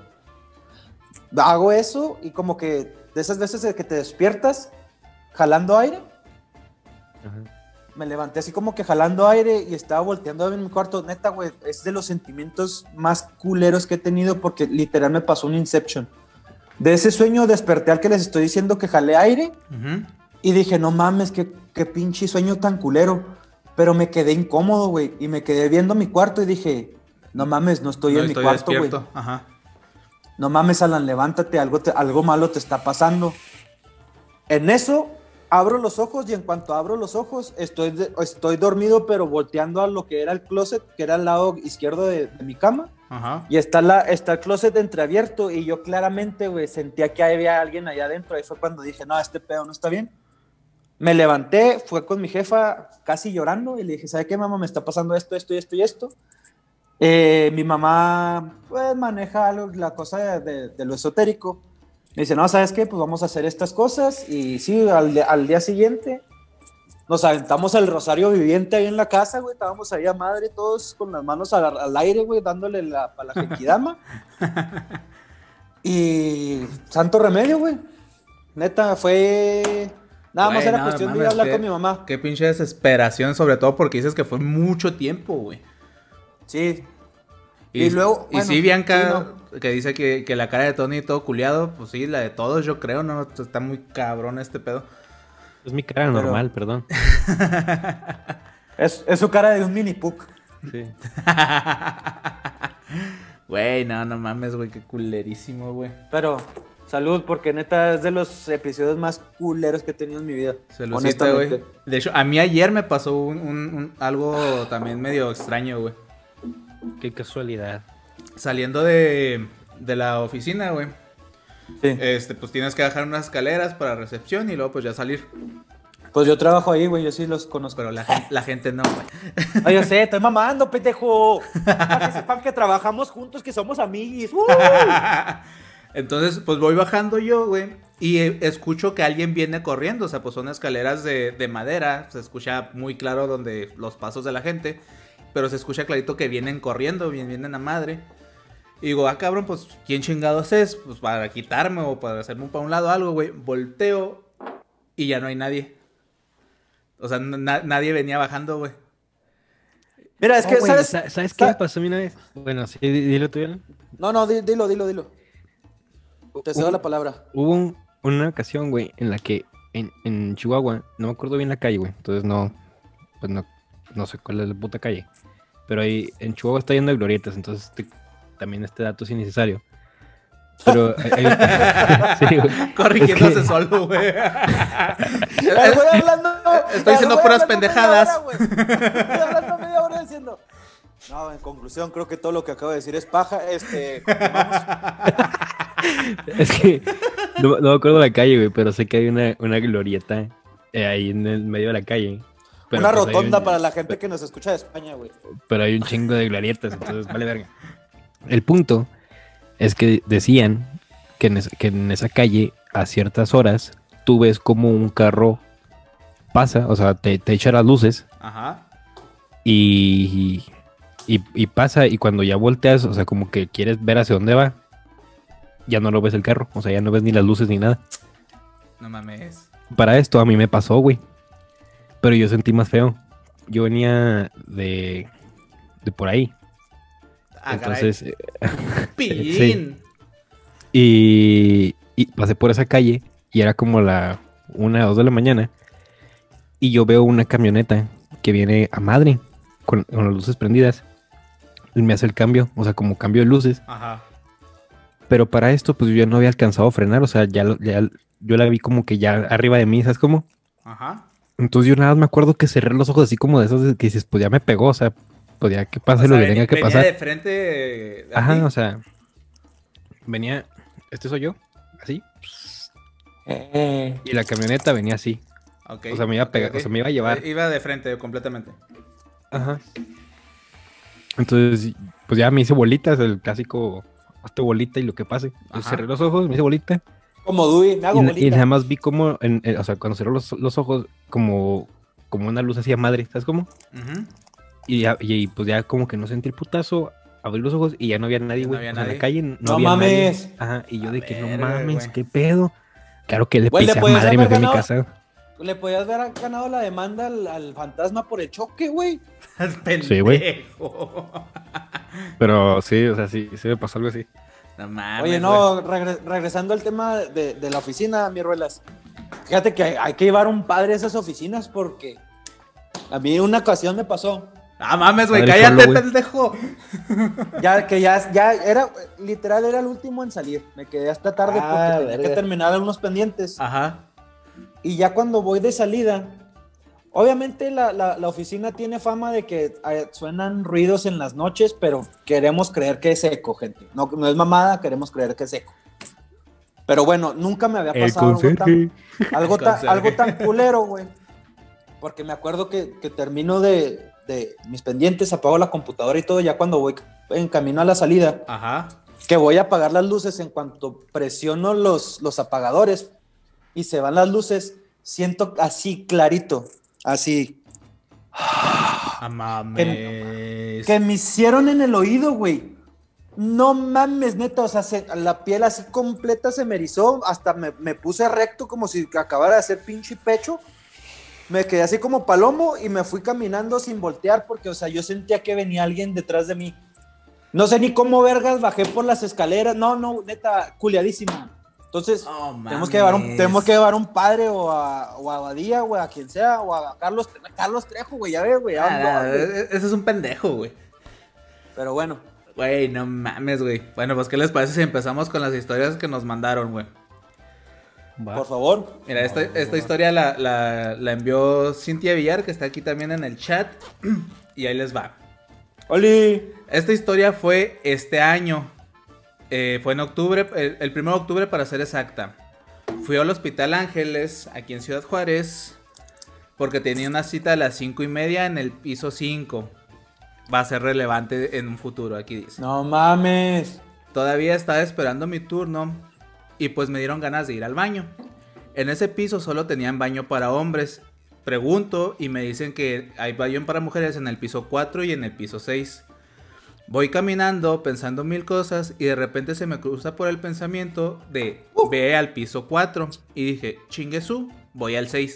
Hago eso y como que de esas veces de que te despiertas jalando aire, Ajá. me levanté así como que jalando aire y estaba volteando a ver mi cuarto. Neta, güey, es de los sentimientos más culeros que he tenido porque literal me pasó un Inception. De ese sueño desperté al que les estoy diciendo que jalé aire Ujú. y dije, no mames, qué, qué pinche sueño tan culero. Pero me quedé incómodo, güey, y me quedé viendo mi cuarto y dije, no mames, no estoy No en estoy mi cuarto, güey. despierto. Ajá. No mames, Alan, levántate, algo, te- algo malo te está pasando. En eso, abro los ojos y en cuanto abro los ojos, estoy, de- estoy dormido, pero volteando a lo que era el closet, que era el lado izquierdo de, de mi cama. Ajá. Y está, la, está el closet entreabierto y yo claramente, güey, sentía que había alguien allá adentro. Ahí fue cuando dije, no, este pedo no está bien. Me levanté, fue con mi jefa casi llorando y le dije, ¿sabe qué, mamá? Me está pasando esto, esto y esto y esto. Eh, mi mamá, pues, maneja algo, la cosa de, de- de lo esotérico. Me dice, no, ¿sabes qué? Pues vamos a hacer estas cosas. Y sí, al, al día siguiente nos aventamos el rosario viviente ahí en la casa, güey. Estábamos ahí a madre todos con las manos al, al aire, güey, dándole la, a la genkidama. Y santo remedio, güey. Neta, fue... Nada más Güey, era no, cuestión de mames, ir a hablar qué- con mi mamá. Qué pinche desesperación, sobre todo porque dices que fue mucho tiempo, güey. Sí. Y, Y luego, y bueno, sí, Bianca, sí, que dice que, que la cara de Tony todo culiado, pues sí, la de todos, yo creo, ¿no? Está muy cabrón este pedo. Es mi cara Pero- normal, perdón. Es, es su cara de un mini puck. Sí. Güey, no, no mames, güey, qué culerísimo, güey. Pero, salud, porque neta es de los episodios más culeros que he tenido en mi vida. Saludcita, güey. De hecho, a mí ayer me pasó un, un- un- algo también medio extraño, güey. Qué casualidad. Saliendo de, de la oficina, güey. Sí. Este, pues tienes que bajar unas escaleras para recepción y luego pues ya salir. Pues yo trabajo ahí, güey, yo sí los conozco. Pero la, gen- la gente no, güey. Ay, yo sé, estoy mamando, pendejo. Para que sepan que trabajamos juntos, que somos amiguis. ¡Uh! Entonces, pues voy bajando yo, güey. Y eh, escucho que alguien viene corriendo. O sea, pues son escaleras de, de madera. Se escucha muy claro donde los pasos de la gente. Pero se escucha clarito que vienen corriendo, vienen, vienen a madre. Y digo, ah, cabrón, pues, ¿quién chingados es? Pues para quitarme o para hacerme para un lado algo, güey. Volteo y ya no hay nadie. O sea, na- nadie venía bajando, güey. Mira, es que, Oh, güey, ¿sabes? sa- ¿Sabes qué sa- me pasó a mí una vez? Bueno, sí, di- dilo tú, Alan. No, no, di- dilo, dilo, dilo. Te cedo Hubo- la palabra. Hubo un- una ocasión, güey, en la que en, en Chihuahua, no me acuerdo bien la calle, güey. Entonces no, pues no, no sé cuál es la puta calle. Pero ahí en Chihuahua está yendo de glorietas, entonces este- también este dato es innecesario. Pero hay- hay- sí, güey. Corrigiéndose Es que- solo, güey. El güey hablando. Estoy el diciendo güey puras hablando pendejadas. media hora, güey. Estoy hablando media hora diciendo. No, en conclusión, creo que todo lo que acabo de decir es paja. Este, continuamos. Es que no, no me acuerdo la calle, güey, pero sé que hay una, una glorieta eh, ahí en el medio de la calle. Pero, Una pues, hay rotonda un- para la gente que nos escucha de España, güey. Pero hay un chingo de glorietas, entonces vale verga. El punto es que decían que en, es- que en esa calle, a ciertas horas, tú ves como un carro pasa, o sea, te, te echa las luces Ajá. y, y, y pasa, y cuando ya volteas, o sea, como que quieres ver hacia dónde va, ya no lo ves el carro, o sea, ya no ves ni las luces ni nada. No mames. Para esto a mí me pasó, güey. Pero yo sentí más feo. Yo venía de, de por ahí. Ah, Entonces, eh, Pillín. y, y pasé por esa calle y era como la una o dos de la mañana. Y yo veo una camioneta que viene a madre con, con las luces prendidas. Y me hace el cambio, o sea, como cambio de luces. Ajá. Pero para esto, pues yo ya no había alcanzado a frenar, o sea, ya, ya yo la vi como que ya arriba de mí, ¿sabes cómo? Ajá. Entonces yo nada más me acuerdo que cerré los ojos así como de esos de que dices, pues ya me pegó, o sea, podía que pase O sea, lo que venía, tenga que venía pasar. de frente a Ajá, ti. o sea, venía, este soy yo, así, Eh, y la camioneta venía así, Ok, o sea, me iba a ok, pegar, ok. o sea, me iba a llevar. Eh, Iba de frente completamente. Ajá. Entonces, pues ya me hice bolitas, el clásico, hazte bolita y lo que pase. Yo Ajá. cerré los ojos, me hice bolita. como Dewey, me hago Y, y bolita. nada más vi como, en, en- o sea, cuando cerró los, los ojos, como, como una luz así a madre, ¿sabes cómo? Ujú. Y, ya- y pues ya como que no sentí el putazo, abrí los ojos y ya no había nadie, Ya no güey. había O sea, en nadie. la calle no, No había mames. nadie. Ajá, y yo A de que no verga, mames, güey. qué pedo. Claro que le Güey, le pisé a podías madre y me haber fui a mi ganado- casa. Le podías haber ganado la demanda al, al fantasma por el choque, güey. Pendejo. Sí, güey. Pero sí, o sea, sí, sí me pasó algo así. No mames, Oye, no, regre- regresando al tema de, de la oficina, mi Ruelas. Fíjate que hay, hay que llevar un padre a esas oficinas porque a mí una ocasión me pasó. Ah, mames, güey, Padre cállate, solo, güey. pendejo. Ya que ya, ya era, literal, era el último en salir. Me quedé hasta tarde Ah, porque tenía verga. que terminar algunos pendientes. Ajá. Y ya cuando voy de salida, obviamente la, la, la oficina tiene fama de que eh, suenan ruidos en las noches, pero queremos creer que es eco, gente. No, no es mamada, queremos creer que es eco. Pero bueno, nunca me había El pasado algo tan, conserje. algo, El tan, conserje. algo tan culero, güey. Porque me acuerdo que, que termino de, de mis pendientes, apago la computadora y todo, ya cuando voy en camino a la salida, Ajá. que voy a apagar las luces, en cuanto presiono los, los apagadores y se van las luces, siento así clarito, así, Ah, mames. que me hicieron en el oído, güey. No mames, neta, o sea, se- la piel así completa se me erizó, hasta me, me puse recto como si acabara de hacer pinche pecho. Me quedé así como palomo y me fui caminando sin voltear porque, o sea, yo sentía que venía alguien detrás de mí. No sé ni cómo vergas bajé por las escaleras. No, no, neta, culiadísimo. Entonces, Oh, tenemos, que llevar un, mames. tenemos que llevar un padre o a, o a Badía, güey, a quien sea, o a Carlos, Carlos Trejo, güey, ya ves, güey. ya Ah, ando, no, güey. e- ese es un pendejo, güey. Pero bueno, Güey, no mames, güey. Bueno, pues, ¿qué les parece si empezamos con las historias que nos mandaron, güey? Va. por favor. Mira, esta, esta historia la, la, la envió Cintia Villar, que está aquí también en el chat. Y ahí les va. Oli. Esta historia fue este año. Eh, fue en octubre, el, el primero de octubre para ser exacta. Fui al Hospital Ángeles, aquí en Ciudad Juárez, porque tenía una cita a las cinco y media en el piso cinco. Va a ser relevante en un futuro, aquí dice. No mames. Todavía estaba esperando mi turno y pues me dieron ganas de ir al baño. En ese piso solo tenían baño para hombres. Pregunto y me dicen que hay baño para mujeres en el piso cuatro y en el piso seis. Voy caminando pensando mil cosas y de repente se me cruza por el pensamiento de ve al piso cuatro. Y dije, chingue su, voy al seis.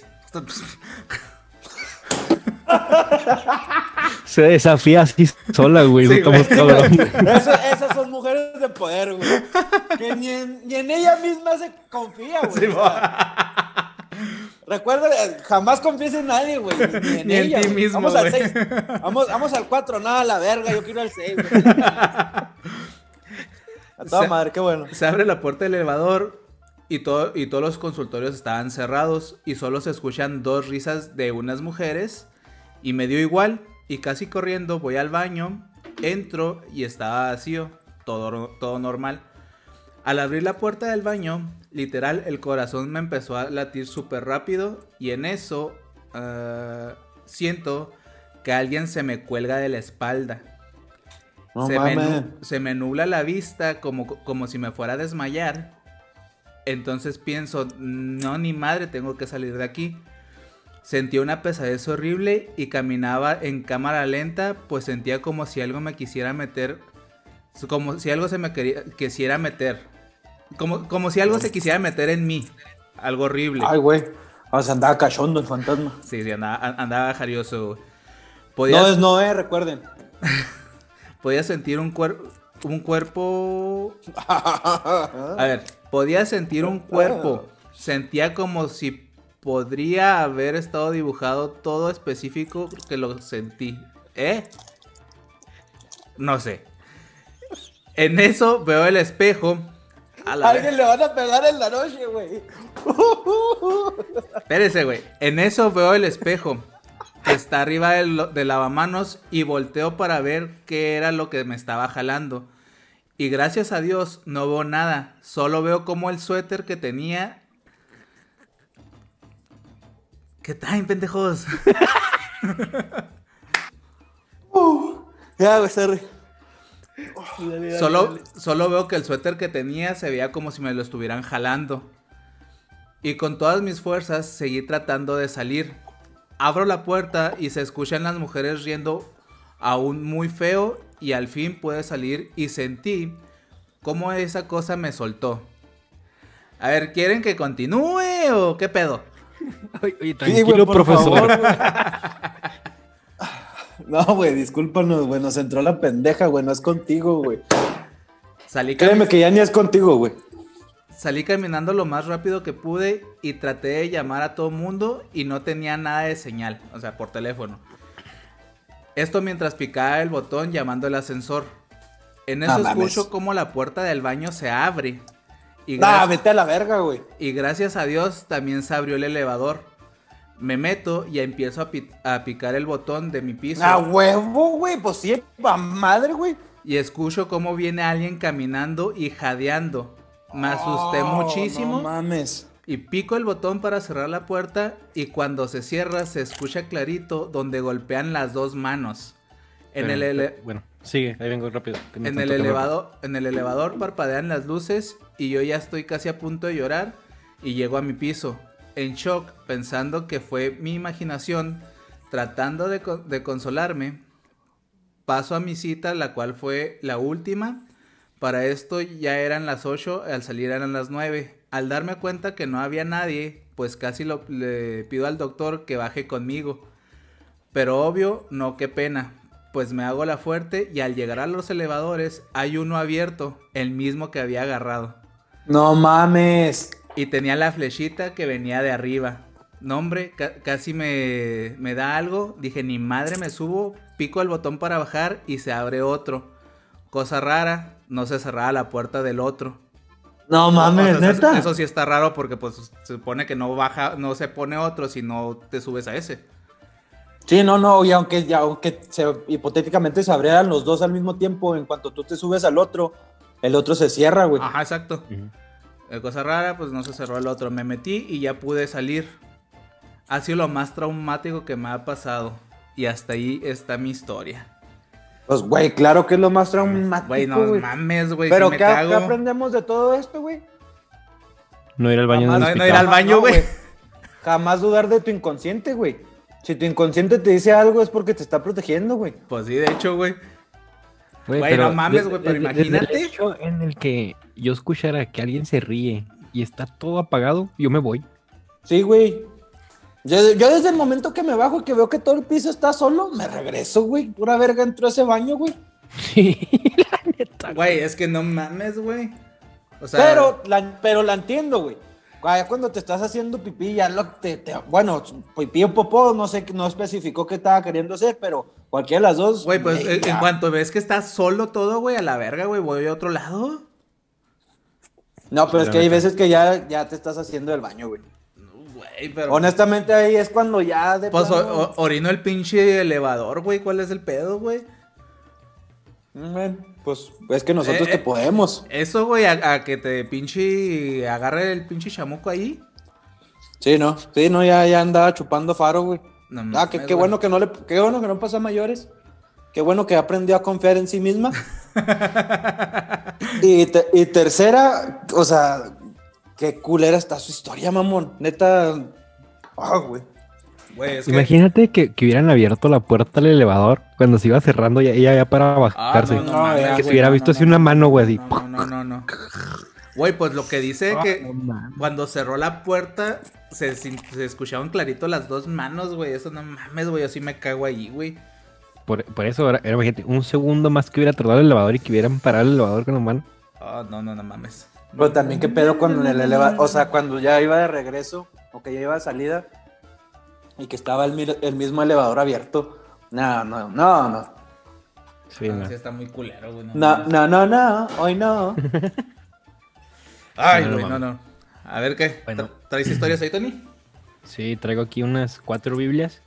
Se desafía así sola, güey. Sí, no estamos güey. cabrón. Eso- esas son mujeres de poder, güey. Que ni en, ni en ella misma se confía, güey. Sí, O sea, recuerda, eh, jamás confíes en nadie, güey. Ni en Ni en ella. ti güey. mismo, Vamos al güey. seis. Vamos, vamos al cuatro. Nada, la verga. Yo quiero al seis, güey. A toda Se- madre, qué bueno. Se abre la puerta del elevador y, todo, y todos los consultorios estaban cerrados y solo se escuchan dos risas de unas mujeres y me dio igual y casi corriendo voy al baño, entro y estaba vacío, todo, todo normal. Al abrir la puerta del baño, literal el corazón me empezó a latir súper rápido y en eso uh, siento que alguien se me cuelga de la espalda. No se, me, mames. nu- se me nubla la vista como, como si me fuera a desmayar. Entonces pienso, no, ni madre, tengo que salir de aquí. Sentí una pesadez horrible y caminaba en cámara lenta, pues sentía como si algo me quisiera meter, como si algo se me quería, quisiera meter, como, como si algo se quisiera meter en mí, algo horrible. Ay, güey. O sea, andaba cachondo el fantasma. Sí, sí, andaba, andaba jarioso. güey. Podía, No es Noé, recuerden. podía sentir un, cuer- un cuerpo... A ver, podía sentir un cuerpo Sentía como si podría haber estado dibujado todo específico que lo sentí. ¿Eh? No sé. En eso veo el espejo. A la Alguien vez. le van a pegar en la noche, güey. Espérese, güey. En eso veo el espejo que está arriba del, del lavamanos y volteo para ver qué era lo que me estaba jalando. Y gracias a Dios no veo nada. Solo veo como el suéter que tenía... ¿Qué tal, pendejos? Uh, ya, güey, sorry. Solo, solo veo que el suéter que tenía se veía como si me lo estuvieran jalando. Y con todas mis fuerzas seguí tratando de salir. Abro la puerta y se escuchan las mujeres riendo aún muy feo. Y al fin pude salir y sentí cómo esa cosa me soltó. A ver, ¿quieren que continúe o qué pedo? Oye, oye, Sí, tranquilo, güey, por profesor. favor, güey. No, güey, discúlpanos, güey, nos entró la pendeja, güey, no es contigo, güey. Salí, cami- Créeme que ya ni es contigo, güey. salí caminando lo más rápido que pude y traté de llamar a todo mundo y no tenía nada de señal, o sea, por teléfono. Esto mientras picaba el botón llamando el ascensor. En eso No mames. escucho cómo la puerta del baño se abre. Y, Nah, gra- vete a la verga, güey. y gracias a Dios también se abrió el elevador. Me meto y empiezo a, pi- a picar el botón de mi piso. A huevo, güey, pues sí, pa' madre, güey. Y escucho cómo viene alguien caminando y jadeando. Me asusté Oh, muchísimo. No mames. Y pico el botón para cerrar la puerta y cuando se cierra se escucha clarito donde golpean las dos manos. En el, ele- Bueno, sigue, ahí vengo rápido. que me en están el tocando. elevador, en el elevador parpadean las luces y yo ya estoy casi a punto de llorar y llego a mi piso. En shock, pensando que fue mi imaginación, tratando de, co- de consolarme, paso a mi cita, la cual fue la última. Para esto ya eran las ocho, al salir eran las nueve. Al darme cuenta que no había nadie, pues casi lo- le pido al doctor que baje conmigo. Pero obvio, no, qué pena, pues me hago la fuerte y al llegar a los elevadores hay uno abierto, el mismo que había agarrado. No mames. Y tenía la flechita que venía de arriba. No, hombre, ca- casi me, me da algo. Dije, ni madre, me subo, pico el botón para bajar y se abre otro. Cosa rara, no se cerraba la puerta del otro. No O mames, sea, neta. Eso, eso sí está raro porque pues se supone que no baja, no se pone otro si no te subes a ese. Sí, no, no, y aunque, ya, aunque se, hipotéticamente se abrieran los dos al mismo tiempo, en cuanto tú te subes al otro, el otro se cierra, güey. Ajá, exacto. Ujú. Eh, Cosa rara, pues no se cerró el otro. Me metí y ya pude salir. Ha sido lo más traumático que me ha pasado. Y hasta ahí está mi historia. Pues, güey, claro que es lo más traumático, Güey, no güey. mames, güey. Pero si me ¿qué, cago. ¿qué aprendemos de todo esto, güey? No ir al baño Jamás- del no ir al hospital. baño, güey. Jamás dudar de tu inconsciente, güey. Si tu inconsciente te dice algo es porque te está protegiendo, güey. Pues sí, de hecho, güey. Güey, Güey, pero no mames, desde- güey, pero desde- desde imagínate. el hecho en el que yo escuchara que alguien se ríe y está todo apagado, yo me voy. Sí, güey. Yo, yo desde el momento que me bajo y que veo que todo el piso está solo, me regreso, güey. Pura verga entró a ese baño, güey. Sí, la neta. Güey, es que no mames, güey. O sea, Pero la, pero la entiendo, güey. Ya cuando te estás haciendo pipí, ya lo te, te- bueno, pipí o popó, no sé, no especificó qué estaba queriendo hacer, pero cualquiera de las dos. güey, pues güey, en, ya. en cuanto ves que está solo todo, güey, a la verga, güey, voy a otro lado. No, pero es La que hay neta. veces que ya, ya te estás haciendo el baño, güey. Güey, pero. Honestamente, ahí es cuando ya de Pues o- plano- o- orino el pinche elevador, güey. ¿Cuál es el pedo, güey? Mm, bueno, pues es que nosotros Eh, te eh. podemos. Eso, güey, a, a que te pinche agarre el pinche chamuco ahí. Sí, no, sí, no, ya, ya andaba chupando faro, güey. No Ah, que, mames, qué güey. bueno que no le, qué bueno que no pasó a mayores. Qué bueno que aprendió a confiar en sí misma. y, te- y tercera, o sea, qué culera está su historia, mamón. Neta. Ah, güey. Güey, es que. Imagínate que, que hubieran abierto la puerta del elevador cuando se iba cerrando y ella ya para Ah, bajarse. no, no, No, mames, ya, güey, que se hubiera no, visto no, así no, una no, mano, güey, así. No, no, no, no. Güey, pues lo que dice Ah, que no mames. cuando cerró la puerta se, sin- se escuchaban clarito las dos manos, güey. Eso no mames, güey. Yo sí me cago ahí, güey. Por, por eso era, era, imagínate, un segundo más que hubiera tardado el elevador y que hubieran parado el elevador con la mano. Oh, no, no, no mames. Pero también qué pedo cuando en el elevador, o sea, cuando ya iba de regreso, o que ya iba de salida, y que estaba el, mi- el mismo elevador abierto. No, no, no, no. Sí, Ah, no. sí está muy culero, güey. No, No, mames. no, no, no, hoy no. Ay, No, no güey, no, mames. no. A ver, ¿qué? Bueno. ¿Tra- ¿Traes historias ahí, Tony? Sí, traigo aquí unas cuatro Biblias.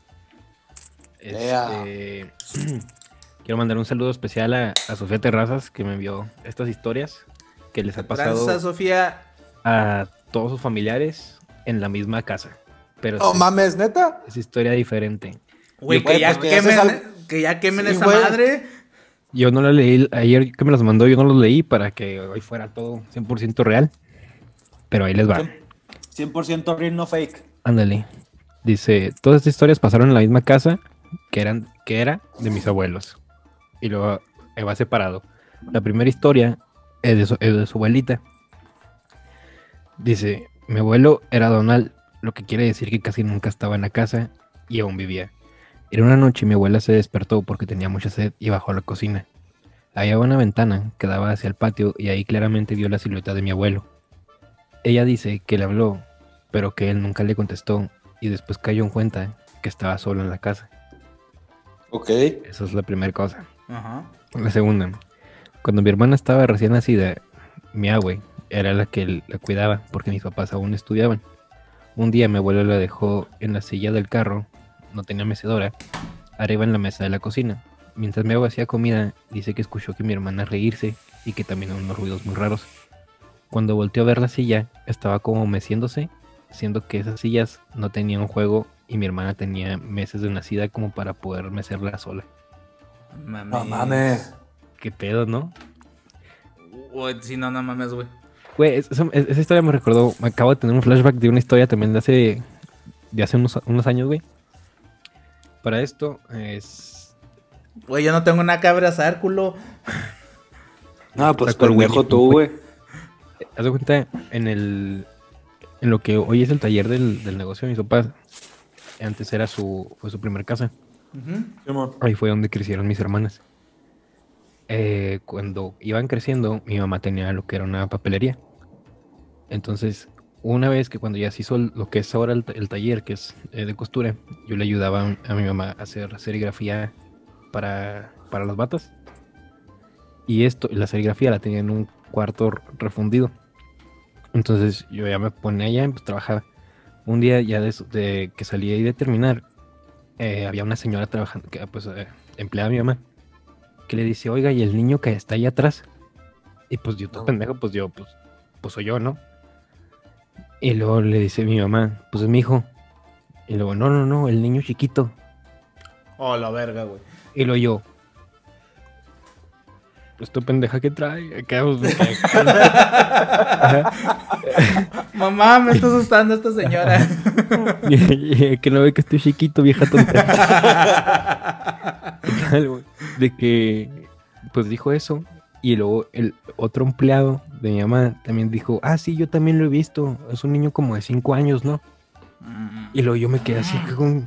Yeah. Este, quiero mandar un saludo especial a, a Sofía Terrazas, que me envió estas historias que les ha pasado Tranza, Sofía. a todos sus familiares en la misma casa. Pero No es, mames, neta. es historia diferente. Güey, Güey, que, ya pues que ya se quemen, sal- que ya quemen Sí, esa güey. madre. Yo no la leí, ayer que me las mandó, yo no los leí para que hoy fuera todo cien por ciento real. Pero ahí les va. cien por ciento real, no fake. Ándale. Dice, todas estas historias pasaron en la misma casa que, eran, que era de mis abuelos. Y luego ahí va separado. La primera historia es de su, es de su abuelita. Dice, mi abuelo era Donald, lo que quiere decir que casi nunca estaba en la casa y aún vivía. Era una noche mi abuela se despertó porque tenía mucha sed y bajó a la cocina. Había una ventana que daba hacia el patio y ahí claramente vio la silueta de mi abuelo. Ella dice que le habló, pero que él nunca le contestó y después cayó en cuenta que estaba solo en la casa. Ok. Esa es la primera cosa. Ajá. La segunda, cuando mi hermana estaba recién nacida, mi abue era la que la cuidaba porque mis papás aún estudiaban. Un día mi abuelo la dejó en la silla del carro, no tenía mecedora, arriba en la mesa de la cocina. Mientras mi abue hacía comida, dice que escuchó que mi hermana reírse y que también unos ruidos muy raros. Cuando volteó a ver la silla, estaba como meciéndose, siendo que esas sillas no tenían juego y mi hermana tenía meses de nacida como para poder mecerla sola. Mames. No mames. Qué pedo, ¿no? Güey, sí, no, no mames, güey. Güey, es- esa, es- esa historia me recordó, me acabo de tener un flashback de una historia también de hace, de hace unos, unos años, güey. Para esto es... Güey, yo no tengo nada que abrazar, culo. No, pues Está con pendejo Winnie tú, Pooh, güey. Haz de cuenta, en el... En lo que hoy es el taller del, del negocio de mis papás, antes era su, fue su primer casa. Ujú. Ahí fue donde crecieron mis hermanas. Eh, cuando iban creciendo, mi mamá tenía lo que era una papelería. Entonces, una vez que cuando ya se hizo el- lo que es ahora el, ta- el taller, que es eh, de costura, yo le ayudaba a, a mi mamá a hacer serigrafía para, para las batas. Y esto, la serigrafía la tenía en un cuarto r- refundido. Entonces yo ya me ponía allá y pues trabajaba. Un día ya de, eso- de que salí ahí de terminar, eh, había una señora trabajando, que pues eh, empleada a mi mamá, que le dice, oiga, ¿y el niño que está ahí atrás? Y pues yo, todo No. pendejo, pues yo, pues, pues soy yo, ¿no? Y luego le dice mi mamá, pues es mi hijo. Y luego, no, no, no, el niño chiquito. Oh, la verga, güey. Y luego yo, pues tu pendeja que trae. Acá, pues, me quedé- Ajá. Mamá, me está asustando esta señora. Y- y que no ve que estoy chiquito, vieja tonta. Total, güey, de que, pues dijo eso. Y luego el otro empleado de mi mamá también dijo, ah, sí, yo también lo he visto. Es un niño como de cinco años, ¿no? Y luego yo me quedé así con...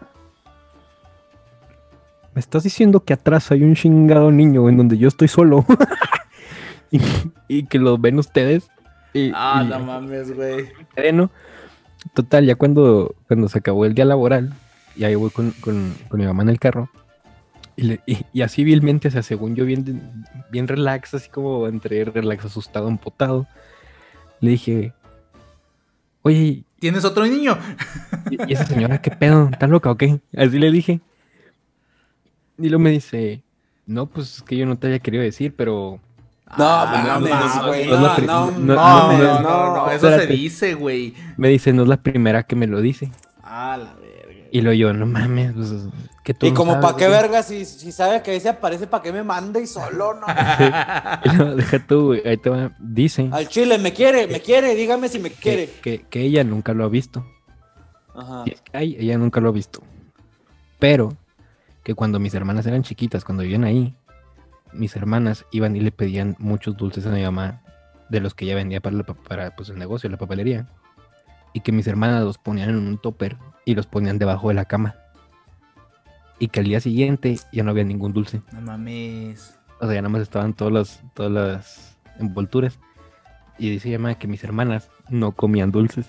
¿Me estás diciendo que atrás hay un chingado niño en donde yo estoy solo? y, y que lo ven ustedes. Y, Ah, y- no mames, güey. sereno. Total, ya cuando, cuando se acabó el día laboral, y ahí voy con, con- con mi mamá en el carro, y, le- y- y así vilmente, o sea, según yo, bien, bien relax, así como entre relax, asustado, empotado, le dije, oye, ¿Tienes otro niño? ¿y, y esa señora qué pedo? ¿Está loca o qué? Así le dije. Y luego me dice, no, pues es que yo no te había querido decir, pero... No, Ah, mames, güey. no es la No, pri- no, no, No, no, no, mames, no, no, eso se espérate. dice, güey. Me dice, no es la primera que me lo dice. Ah, la verga. Y luego yo, no mames, pues, que tú Y no como sabes, pa' qué güey". verga, si, si sabe que ahí se aparece, ¿pa' qué me manda y solo, no? Y luego, deja tú, güey, ahí te va. Dice Al chile, me quiere, me quiere, dígame si me que, quiere. que, que ella nunca lo ha visto. Ajá. Y es que, ay, ella nunca lo ha visto. Pero que cuando mis hermanas eran chiquitas, cuando vivían ahí, mis hermanas iban y le pedían muchos dulces a mi mamá de los que ella vendía para, la pa- para pues, el negocio, la papelería. Y que mis hermanas los ponían en un topper y los ponían debajo de la cama. Y que al día siguiente ya no había ningún dulce. No mames. O sea, ya nada más estaban todas las, todas las envolturas. y dice mi mamá que mis hermanas no comían dulces.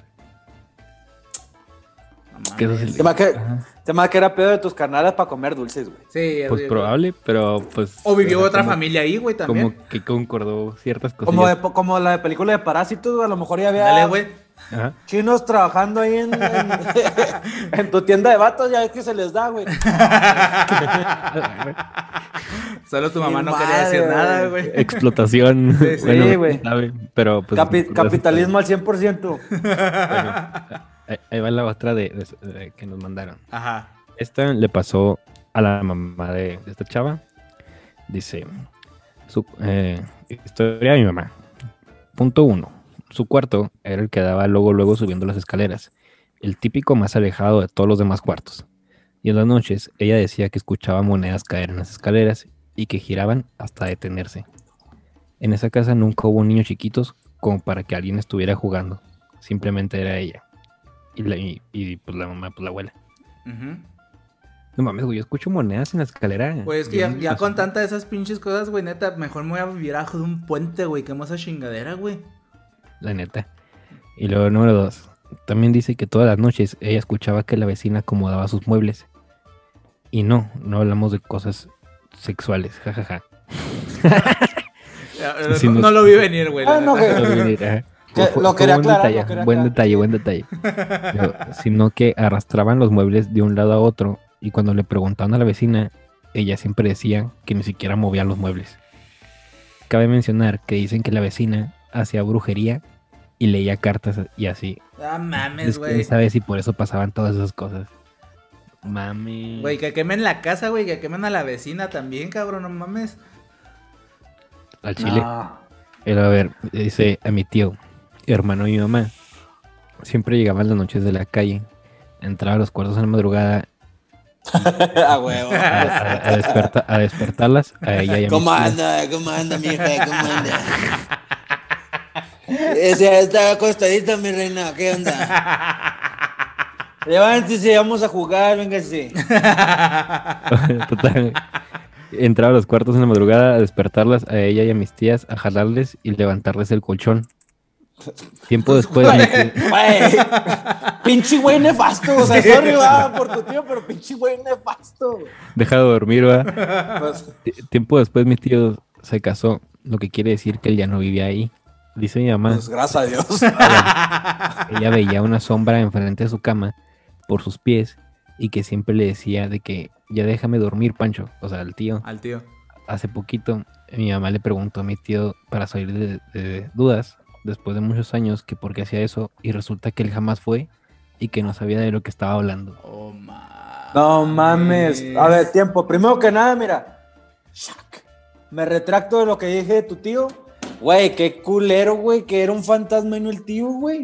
No Que eso mames. es Se me que, Ajá. se me que era pedo de tus carnalas para comer dulces, güey. Sí, Pues güey. probable, pero pues... O vivió sea, otra como- familia ahí, güey, también. Como que concordó ciertas cosas. Como, de, como la de película de Parásitos, güey, a lo mejor ya había Dale, güey. Ajá. chinos trabajando ahí en, en, en tu tienda de vatos, ya ves que se les da, güey. Solo tu mamá Mi no quería madre, decir nada, güey. güey. Explotación. Sí, sí, Bueno, güey. quién sabe, pero pues... Capi- pues, capitalismo al cien por ciento. bueno, ahí- ahí va la otra de, de- de que nos mandaron. Ajá. Esta le pasó a la mamá de, de esta chava. Dice, su, eh, historia de mi mamá. Punto uno. Su cuarto era el que daba luego, luego subiendo las escaleras. El típico más alejado de todos los demás cuartos. Y en las noches ella decía que escuchaba monedas caer en las escaleras y que giraban hasta detenerse. En esa casa nunca hubo niños chiquitos como para que alguien estuviera jugando. Simplemente era ella. Y, la, y, y, pues la mamá, pues la abuela. Ujú. No mames, güey, yo escucho monedas en la escalera. Pues es que Yo ya, no- ya no con sé. tanta de esas pinches cosas, güey, neta, mejor me voy a vivir abajo de un puente, güey. ¿Qué más esa chingadera, güey? La neta. Y luego, número dos. También dice que todas las noches ella escuchaba que la vecina acomodaba sus muebles. Y no, no hablamos de cosas sexuales, jajaja. Ya, eh, Sí, no, no- no lo vi venir, güey. la Ah, no, neta. güey. Ajá. Que Fue- lo fue quería buen aclarar, detalle, lo quería buen aclarar. detalle, buen detalle. Pero, sino que arrastraban los muebles de un lado a otro y cuando le preguntaban a la vecina, ella siempre decía que ni siquiera movía los muebles. Cabe mencionar que dicen que la vecina hacía brujería y leía cartas y así. Ah, mames, Entonces, güey. quién sabe si por eso pasaban todas esas cosas. Mami. Güey, que quemen la casa, güey, que quemen a la vecina también, cabrón, no mames. Al chile. No. Pero a ver, dice a mi tío, hermano de mi mamá, siempre llegaban las noches de la calle, entraba a los cuartos en la madrugada A huevo. a, a- a desperta- a despertarlas a ella y a mis ¿Cómo tías. anda? ¿Cómo anda, mi hija? ¿Cómo anda? Ese está acostadita, mi reina. ¿Qué onda? Levántese, vamos a jugar, véngase. Total. Entraba a los cuartos en la madrugada a despertarlas a ella y a mis tías, a jalarles y levantarles el colchón. Tiempo después, mi tío- Güey, pinche güey nefasto, o sea, sorry, va, por tu tío, pero pinche güey nefasto. deja de dormir, va. Pues, Ti- Tiempo después mi tío se casó, lo que quiere decir que él ya no vivía ahí. Dice mi mamá, pues gracias a Dios. ella veía una sombra enfrente de su cama por sus pies y que siempre le decía de que ya déjame dormir, Pancho. O sea, el tío. Al tío. Hace poquito mi mamá le preguntó a mi tío para salir de, de dudas, después de muchos años, que por qué hacía eso y resulta que él jamás fue y que no sabía de lo que estaba hablando. Oh, mames. No mames. A ver, tiempo. Primero que nada, mira. Shac. Me retracto de lo que dije de tu tío. Güey, qué culero, güey, que era un fantasma y no el tío, güey.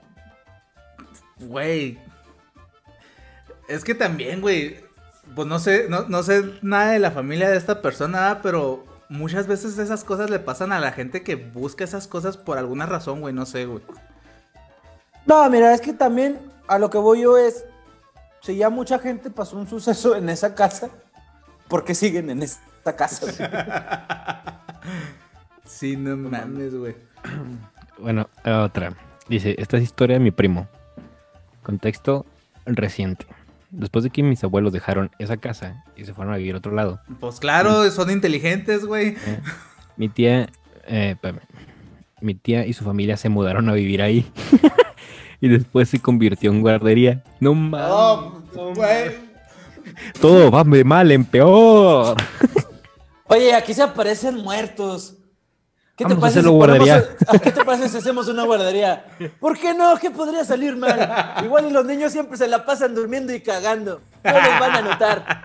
Güey. Es que también, güey. Pues no sé, no, no sé nada de la familia de esta persona, pero muchas veces esas cosas le pasan a la gente que busca esas cosas por alguna razón, güey. No sé, güey. No, mira, es que también a lo que voy yo es, si ya mucha gente pasó un suceso en esa casa, ¿por qué siguen en esta casa? güey? Sí, no mames, güey. Bueno, otra. Dice, esta es historia de mi primo. Contexto reciente. Después de que mis abuelos dejaron esa casa y se fueron a vivir a otro lado, Pues claro, son inteligentes, güey. eh, mi tía, eh, espérame, mi tía y su familia se mudaron a vivir ahí. Y después se convirtió en guardería. No mames. Oh, güey. Todo va de mal en peor. Oye, aquí se aparecen muertos. ¿Qué te Vamos a parece si hacerlo ponemos guardería. a- ¿Qué te parece si hacemos una guardería? ¿Por qué no? ¿Qué podría salir mal? Igual y los niños siempre se la pasan durmiendo y cagando. No los van a notar.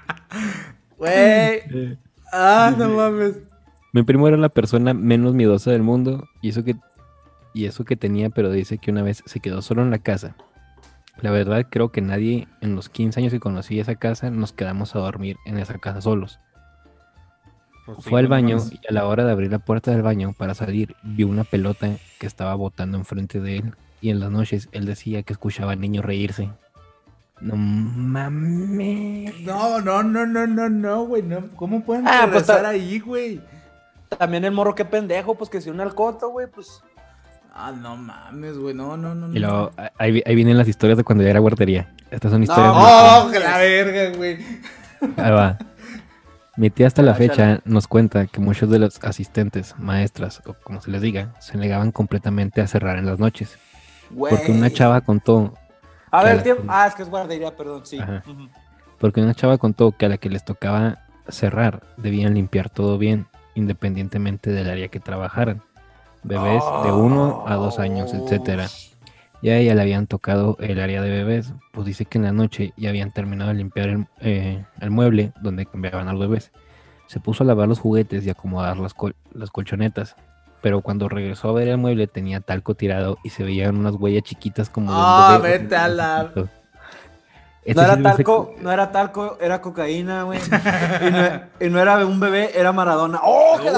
Güey. Ah, no mames. Mi primo era la persona menos miedosa del mundo y eso que y eso que tenía, pero dice que una vez se quedó solo en la casa. La verdad creo que nadie en los quince años que conocí esa casa nos quedamos a dormir en esa casa solos. Fue al baño y a la hora de abrir la puerta del baño para salir vio una pelota que estaba botando enfrente de él y en las noches él decía que escuchaba al niño reírse. No mames. No, no, no, no, no, no, güey. No. ¿Cómo pueden Ah, pues, regresar ta- ahí, güey? También el morro, qué pendejo, pues que si un alcoto, güey, pues Ah, no mames, güey, no, no, no. Y no. luego, ahí, ahí vienen las historias de cuando ya era guardería. Estas son historias. No, de- ¡Oh, que la verga, güey! Ahí va. Mi tía hasta la Guácala. fecha nos cuenta que muchos de los asistentes, maestras o como se les diga, se negaban completamente a cerrar en las noches. Güey. Porque una chava contó, A que ver, la- tiempo. Ah, es que es guardería, perdón, sí. Ajá. Ujú. porque una chava contó que a la que les tocaba cerrar debían limpiar todo bien, independientemente del área que trabajaran. Bebés de uno a dos años, etcétera. Y a ella le habían tocado el área de bebés, pues dice que en la noche ya habían terminado de limpiar el, eh, el mueble donde cambiaban a los bebés. Se puso a lavar los juguetes y acomodar las, col- las colchonetas, pero cuando regresó a ver el mueble tenía talco tirado y se veían unas huellas chiquitas como de un Ah, bebé. vete a la- Este No era chisme se- talco, no era talco, era cocaína, güey. Y no, y no era un bebé, era Maradona. ¡Oh! que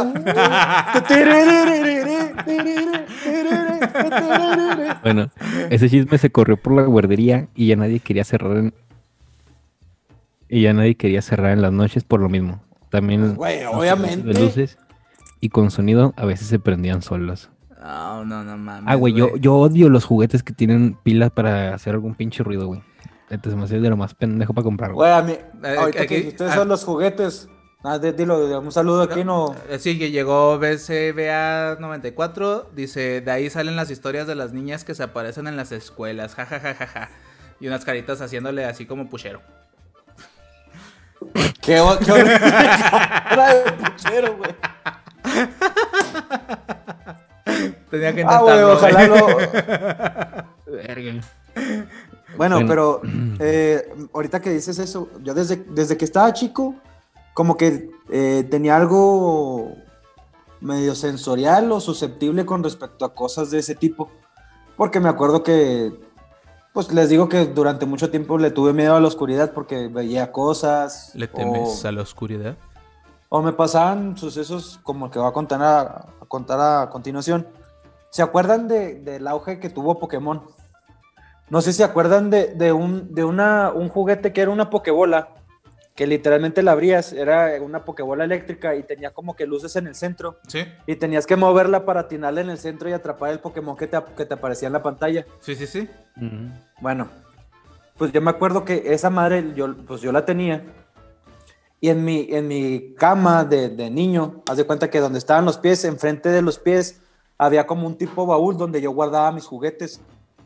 la- Bueno, ese chisme se corrió por la guardería y ya nadie quería cerrar en... Y ya nadie quería cerrar en las noches por lo mismo. También Güey, los obviamente. de luces y con sonido a veces se prendían solos. No, no, no mames. Ah, güey, yo, yo odio los juguetes que tienen pilas para hacer algún pinche ruido, güey. Entonces me hace de lo más pendejo para comprar, güey. Güey, a mí, Eh, ahorita aquí- que dijiste ah. eso de los juguetes. Ah, de- dilo, un saludo aquí, no. Eh, Sí, que llegó B C B A noventa y cuatro. Dice: de ahí salen las historias de las niñas que se aparecen en las escuelas. Ja, ja, ja, ja, ja. Y unas caritas haciéndole así como puchero. Qué, ho- qué horrible cara de puchero, güey. Tenía que Ah, güey, intentarlo. ojalá güey. lo. Verga. Bueno, Bueno. pero eh, ahorita que dices eso, yo desde, desde que estaba chico, como que eh, tenía algo medio sensorial o susceptible con respecto a cosas de ese tipo. Porque me acuerdo que, pues les digo que durante mucho tiempo le tuve miedo a la oscuridad porque veía cosas. ¿Le temes o, a la oscuridad? o me pasaban sucesos como el que voy a contar a, a contar a continuación. ¿Se acuerdan de, del auge que tuvo Pokémon? No sé si se acuerdan de, de, un, de una, un juguete que era una pokebola, que literalmente la abrías, era una pokebola eléctrica y tenía como que luces en el centro, Sí, y tenías que moverla para atinarla en el centro y atrapar el Pokémon que te, que te aparecía en la pantalla. sí, sí, sí. Ujú. Bueno, pues yo me acuerdo que esa madre, yo, pues yo la tenía, y en mi, en mi cama de, de niño, haz de cuenta que donde estaban los pies, enfrente de los pies, había como un tipo baúl donde yo guardaba mis juguetes.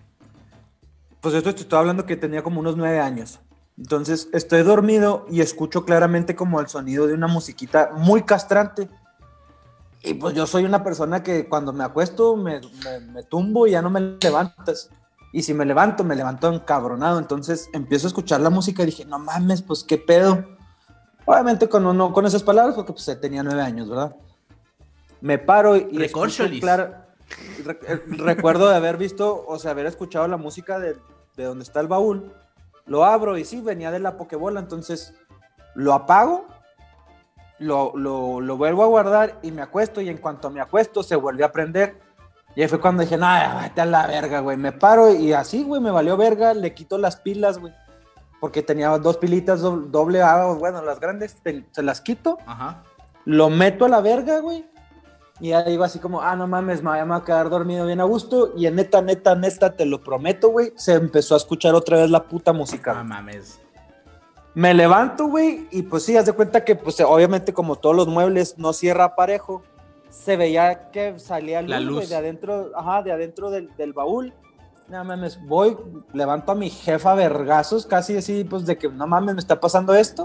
Pues esto te estoy hablando que tenía como unos nueve años. Entonces estoy dormido y escucho claramente como el sonido de una musiquita muy castrante. Y pues yo soy una persona que cuando me acuesto me, me, me tumbo y ya no me levantas. Y si me levanto, me levanto encabronado. Entonces empiezo a escuchar la música y dije, no mames, pues qué pedo. Obviamente con, no, con esas palabras porque pues tenía nueve años, ¿verdad? Me paro y escucho Recorcholis. clara- re- eh, recuerdo de haber visto, o sea, haber escuchado la música de, de donde está el baúl. Lo abro y sí, venía de la pokebola, entonces lo apago, lo, lo, lo vuelvo a guardar y me acuesto, y en cuanto me acuesto se vuelve a prender. Y ahí fue cuando dije, nada, vete a la verga, güey. Me paro y así, güey, me valió verga, le quito las pilas, güey. Porque tenía dos pilitas doble, doble A, bueno, las grandes, te- se las quito, Ajá. lo meto a la verga, güey. Y ahí iba así como, ah, no mames, me voy a quedar dormido bien a gusto. Y en neta, neta, neta, te lo prometo, güey, se empezó a escuchar otra vez la puta música. No mames. Me levanto, güey, y pues sí, haz de cuenta que, pues obviamente, como todos los muebles, no cierra parejo. Se veía que salía La luz, luz. güey, de adentro, ajá, de adentro del, del baúl. No mames, voy, levanto a mi jefa a vergazos, casi así, pues de que no mames, me está pasando esto.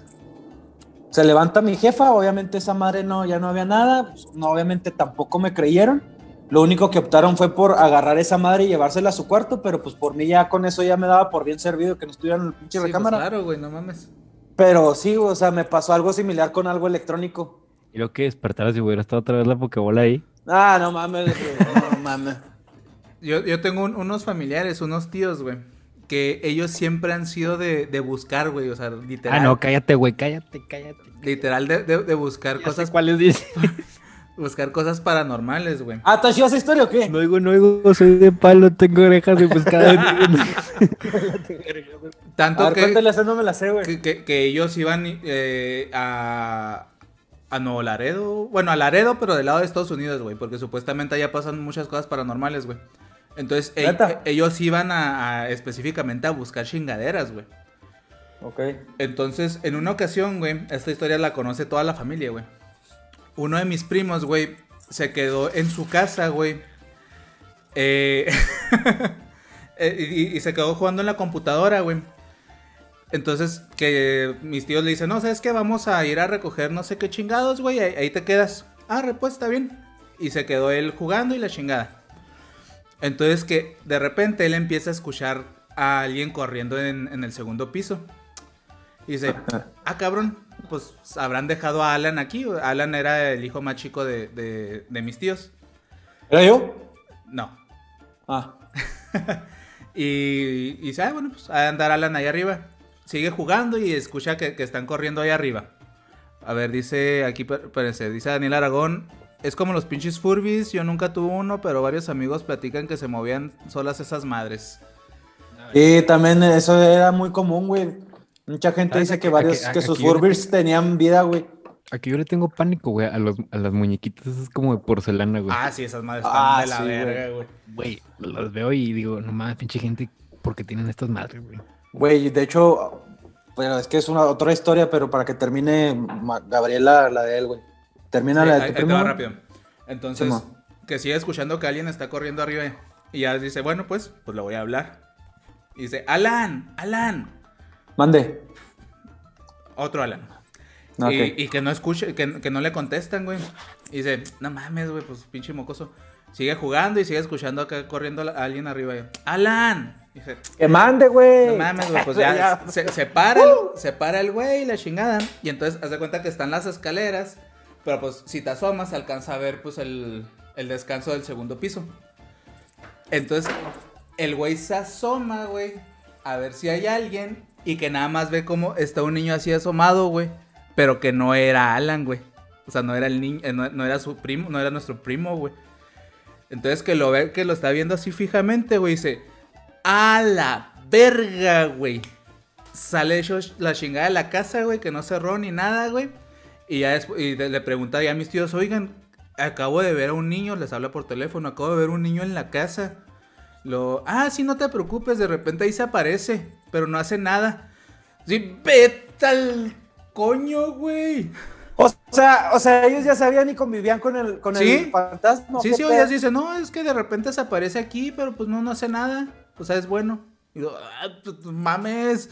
Se levanta mi jefa, obviamente esa madre no, ya no había nada, pues, no, obviamente tampoco me creyeron. Lo único que optaron fue por agarrar esa madre y llevársela a su cuarto, pero pues por mí ya con eso ya me daba por bien servido que no estuviera en el pinche Sí, pues, recámara. claro, güey, no mames. Pero sí, o sea, me pasó algo similar con algo electrónico. Y lo que despertaras si hubiera estado otra vez la pokebola ahí. Ah, no mames, güey, no mames. Yo, yo tengo un- unos familiares, unos tíos, güey, que ellos siempre han sido de, de buscar, güey, o sea, literal. Ah, no, cállate, güey, cállate, cállate. Literal de, de, de buscar Ya cosas, sé cuáles dice. buscar cosas paranormales, güey. ¿Ah, te has esa historia o qué? No oigo, no oigo, soy de palo, tengo orejas de pescado. Tanto A ver, que, cuéntale, esa no me la sé, güey. que, que- que ellos iban eh, a, a Nuevo Laredo. Bueno, a Laredo, pero del lado de Estados Unidos, güey. Porque supuestamente allá pasan muchas cosas paranormales, güey. Entonces, e- ¿Neta? e- ellos iban a, a específicamente a buscar chingaderas, güey. Ok. Entonces, en una ocasión, güey, esta historia la conoce toda la familia, güey. Uno de mis primos, güey, se quedó en su casa, güey. Eh, eh, y, y se quedó jugando en la computadora, güey. Entonces, que mis tíos le dicen, no, ¿sabes qué? Vamos a ir a recoger no sé qué chingados, güey, ahí, ahí te quedas. Ah, pues, está bien. Y se quedó él jugando y la chingada. Entonces, que de repente él empieza a escuchar a alguien corriendo en, en el segundo piso. Y dice, ah, cabrón, pues habrán dejado a Alan aquí. Alan era el hijo más chico de, de, de mis tíos. ¿Era yo? No. Ah. y, y dice, ah, bueno, pues a andar Alan ahí arriba. Sigue jugando y escucha que, que están corriendo ahí arriba. A ver, dice aquí, espérense, dice Daniel Aragón. Es como los pinches Furbies, yo nunca tuve uno, pero varios amigos platican que se movían solas esas madres. Y también eso era muy común, güey. Mucha gente Ah, dice aquí- que varios, aquí- que aquí sus yo le Furbies tenían vida, güey. Aquí yo le tengo pánico, güey, a, los, a las muñequitas, es como de porcelana, güey. Ah, sí, esas madres están Ah, de la sí, verga, güey. Güey, las veo y digo, no mames, pinche gente, ¿por qué tienen estas madres, güey? Güey, de hecho, pero es que es una otra historia, pero para que termine Ma- Gabriela, la de él, güey. Termina Sí, la ahí, de tu ahí te primo. va güey. rápido. Entonces, Simón. que sigue escuchando que alguien está corriendo arriba. Y ya dice, bueno, pues, pues le voy a hablar. Y dice, Alan, Alan. Mande. Otro Alan. Ok. Y, y que no escuche, que, que no le contestan, güey. Y dice, no mames, güey, pues pinche mocoso. Sigue jugando y sigue escuchando acá corriendo a alguien arriba. Y, Alan. Y dice, Que mande, güey. no mames, güey, pues ya se, se para, el, se para el güey y la chingada. Y entonces haz de cuenta que están las escaleras. Pero pues si te asomas se alcanza a ver pues el, el descanso del segundo piso. Entonces el güey se asoma, güey, a ver si hay alguien. Y que nada más ve cómo está un niño así asomado, güey. Pero que no era Alan, güey. O sea, no era el niño, no, no era su primo, no era nuestro primo, güey. Entonces que lo ve, que lo está viendo así fijamente, güey, dice, ¡a la verga, güey! Sale hecho la chingada de la casa, güey, que no cerró ni nada, güey. Y ya después, y le pregunta ya a mis tíos, oigan, acabo de ver a un niño, les habla por teléfono, acabo de ver un niño en la casa. Lo, ah, sí, no te preocupes, de repente ahí se aparece, pero no hace nada. Sí, vete al coño, güey. O sea, o sea, ellos ya sabían y convivían con el, con ¿Sí? el fantasma. Sí, ¿qué sí, pedo? ellas dicen, no, es que de repente se aparece aquí, pero pues no, no hace nada. O sea, es bueno. Y yo, ah, pues, mames.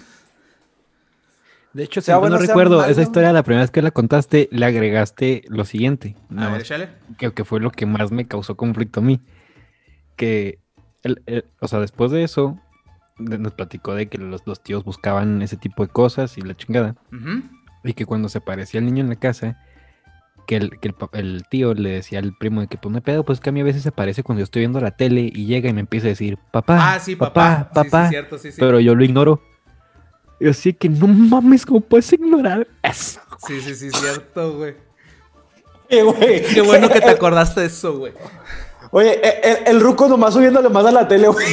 De hecho, si Sea mal bueno, no sea recuerdo, malo. esa historia, la primera vez que la contaste, le agregaste lo siguiente. A nada ver, más, échale. que, que fue lo que más me causó conflicto a mí. Que, el- el- o sea, después de eso, de- nos platicó de que los, los tíos buscaban ese tipo de cosas y la chingada. Ujú. Y que cuando se aparecía el niño en la casa, que el, que el, pa- el tío le decía al primo de que, pues no hay pedo, pues que a mí a veces se aparece cuando yo estoy viendo la tele y llega y me empieza a decir, papá, Ah, sí, papá. papá, Sí, papá. sí, cierto, sí, sí. Pero yo lo ignoro. Y así que no mames, ¿cómo puedes ignorar eso? Sí, sí, sí, cierto, güey. Eh, güey. Qué bueno que te acordaste de eso, güey. Oye, el, el, el ruco nomás subiéndole más a la tele, güey.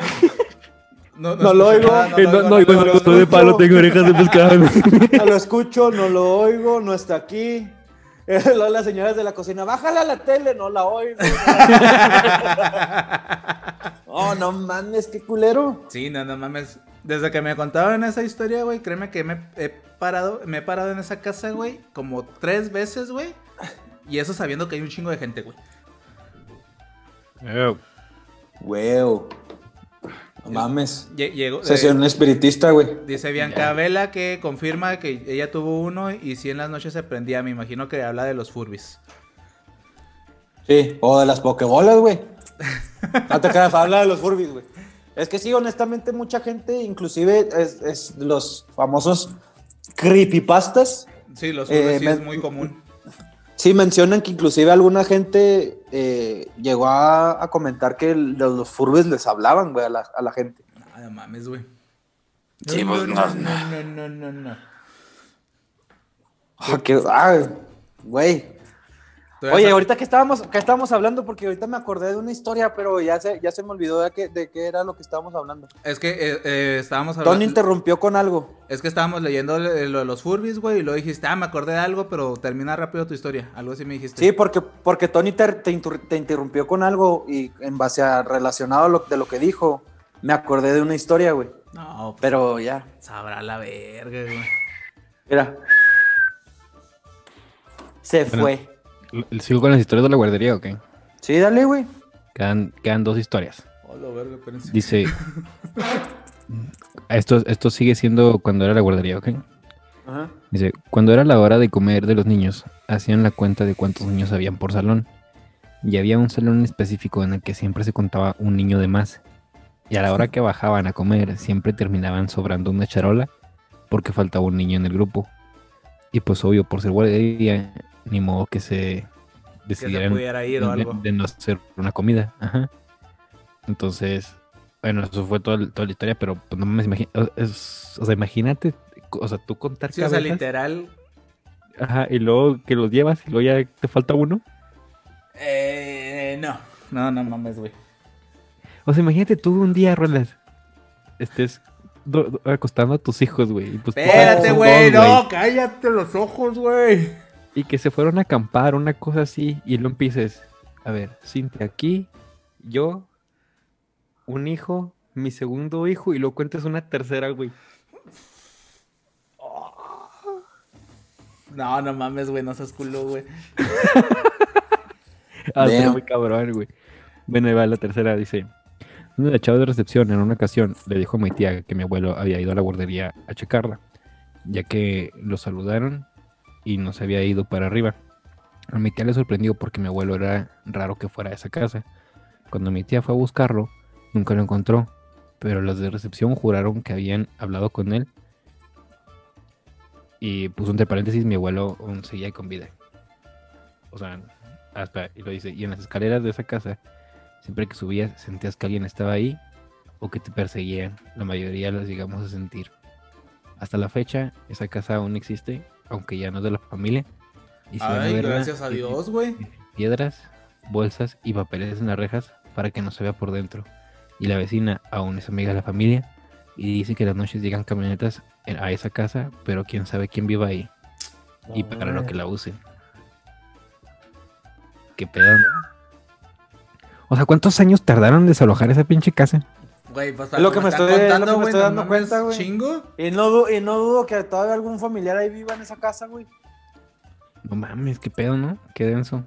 No, No lo escuché oigo. nada, Eh, No, no, oigo, igual lo no, oigo. estoy de palo, tengo orejas de pescado. No lo escucho, no lo oigo, no está aquí. Eh, luego las señoras de la cocina, bájala a la tele, no la oigo. Oh, no mames, qué culero. Sí, no, no mames. Desde que me contaban esa historia, güey, créeme que me he parado, me he parado en esa casa, güey, como tres veces, güey. Y eso sabiendo que hay un chingo de gente, güey. Güey. No mames. Lle- Llegó, eh, Sesión espiritista, güey. dice Bianca Vela que confirma que ella tuvo uno y sí en las noches se prendía. Me imagino que habla de los Furbis. Sí, o de las pokebolas, güey. No te quedas, habla de los Furbies, güey. Es que sí, honestamente, mucha gente, inclusive es, es los famosos creepypastas. Sí, los Eh, Furbis sí me- es muy común. Sí, mencionan que inclusive alguna gente eh, llegó a, a comentar que el- de los Furbies les hablaban, güey, a la, a la gente. Ah, no mames, güey. Sí, no, pues, no, no, no, no, no, no, no. Ah, que- ah, güey. Oye, ahorita que estábamos, que estábamos hablando, porque ahorita me acordé de una historia, pero ya se, ya se me olvidó de qué, de qué era lo que estábamos hablando. Es que eh, eh, estábamos hablando. Tony interrumpió con algo. Es que estábamos leyendo lo de los Furbies, güey, y luego dijiste, ah, me acordé de algo, pero termina rápido tu historia. Algo así me dijiste. Sí, porque, porque Tony te, te, te interrumpió con algo y en base a relacionado a lo, de lo que dijo, me acordé de una historia, güey. No, pues, pero ya. Sabrá la verga, güey. Mira. Se Bueno. fue. ¿Sigo con las historias de la guardería o qué? Sí, dale, güey. Quedan, quedan dos historias. Oh, la verga, espérense. Dice... esto, esto sigue siendo cuando era la guardería, ¿ok? Ajá. Dice, cuando era la hora de comer de los niños, hacían la cuenta de cuántos niños habían por salón. Y había un salón específico en el que siempre se contaba un niño de más. Y a la hora que bajaban a comer, siempre terminaban sobrando una charola porque faltaba un niño en el grupo. Y pues obvio, por ser guardería, ni modo que se decidieran pudiera ir o de, algo. de no hacer una comida. Ajá. Entonces, bueno, eso fue toda, toda la historia, pero pues no me imagino, es- o sea, imagínate, o sea, tú contar Sí, o sea, cabezas, literal. ajá, y luego que los llevas y luego ya te falta uno. Eh, no. No, no mames, güey. O sea, imagínate tú un día, Rolas, estés do- do- acostando a tus hijos, güey. Y pues, Espérate, son güey, dos, no, cállate los ojos, güey. Y que se fueron a acampar, una cosa así, y lo empieces. A ver, Cintia aquí, yo, un hijo, mi segundo hijo, y luego cuentes una tercera, güey. No, no mames, güey, no seas culo, güey. Ah, está Damn. muy cabrón, güey. Bueno, ahí va la tercera, dice. Una de las chavas de recepción en una ocasión le dijo a mi tía que mi abuelo había ido a la guardería a checarla, ya que lo saludaron y no se había ido para arriba. A mi tía le sorprendió porque mi abuelo era raro que fuera a esa casa. Cuando mi tía fue a buscarlo, nunca lo encontró, pero los de recepción juraron que habían hablado con él. Y puso entre paréntesis, mi abuelo aún seguía con vida. O sea, hasta, y lo dice, y en las escaleras de esa casa, siempre que subías sentías que alguien estaba ahí o que te perseguían. La mayoría las llegamos a sentir. Hasta la fecha, esa casa aún existe, aunque ya no es de la familia. Y se van a Ay, verla gracias a en- Dios, güey. piedras, bolsas y papeles en las rejas para que no se vea por dentro. Y la vecina aún es amiga de la familia y dice que las noches llegan camionetas en- a esa casa, pero quién sabe quién viva ahí y para lo que la usen. Qué pedo, ¿no? O sea, ¿cuántos años tardaron en desalojar esa pinche casa? Güey, pues Es lo que me están estoy- es lo que me güey, estoy no dando mames, cuenta, güey. Chingo. Y no, du- y no dudo que todavía algún familiar ahí viva en esa casa, güey. No mames, qué pedo, ¿no? Qué denso.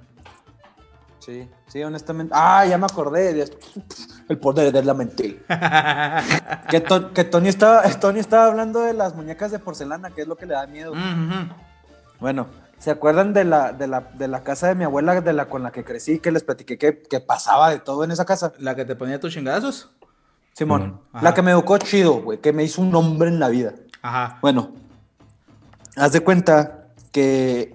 Sí, sí, honestamente. Ah, ya me acordé. de- El poder de la mente. Que, To- que Tony, estaba, Tony estaba hablando de las muñecas de porcelana, que es lo que le da miedo. Ujú. Bueno, ¿se acuerdan de la, de, la, de la casa de mi abuela de la, con la que crecí, que les platiqué que, que pasaba de todo en esa casa? La que te ponía tus chingazos. Simón, Ajá. la que me educó chido, güey, que me hizo un hombre en la vida. Ajá. Bueno, haz de cuenta que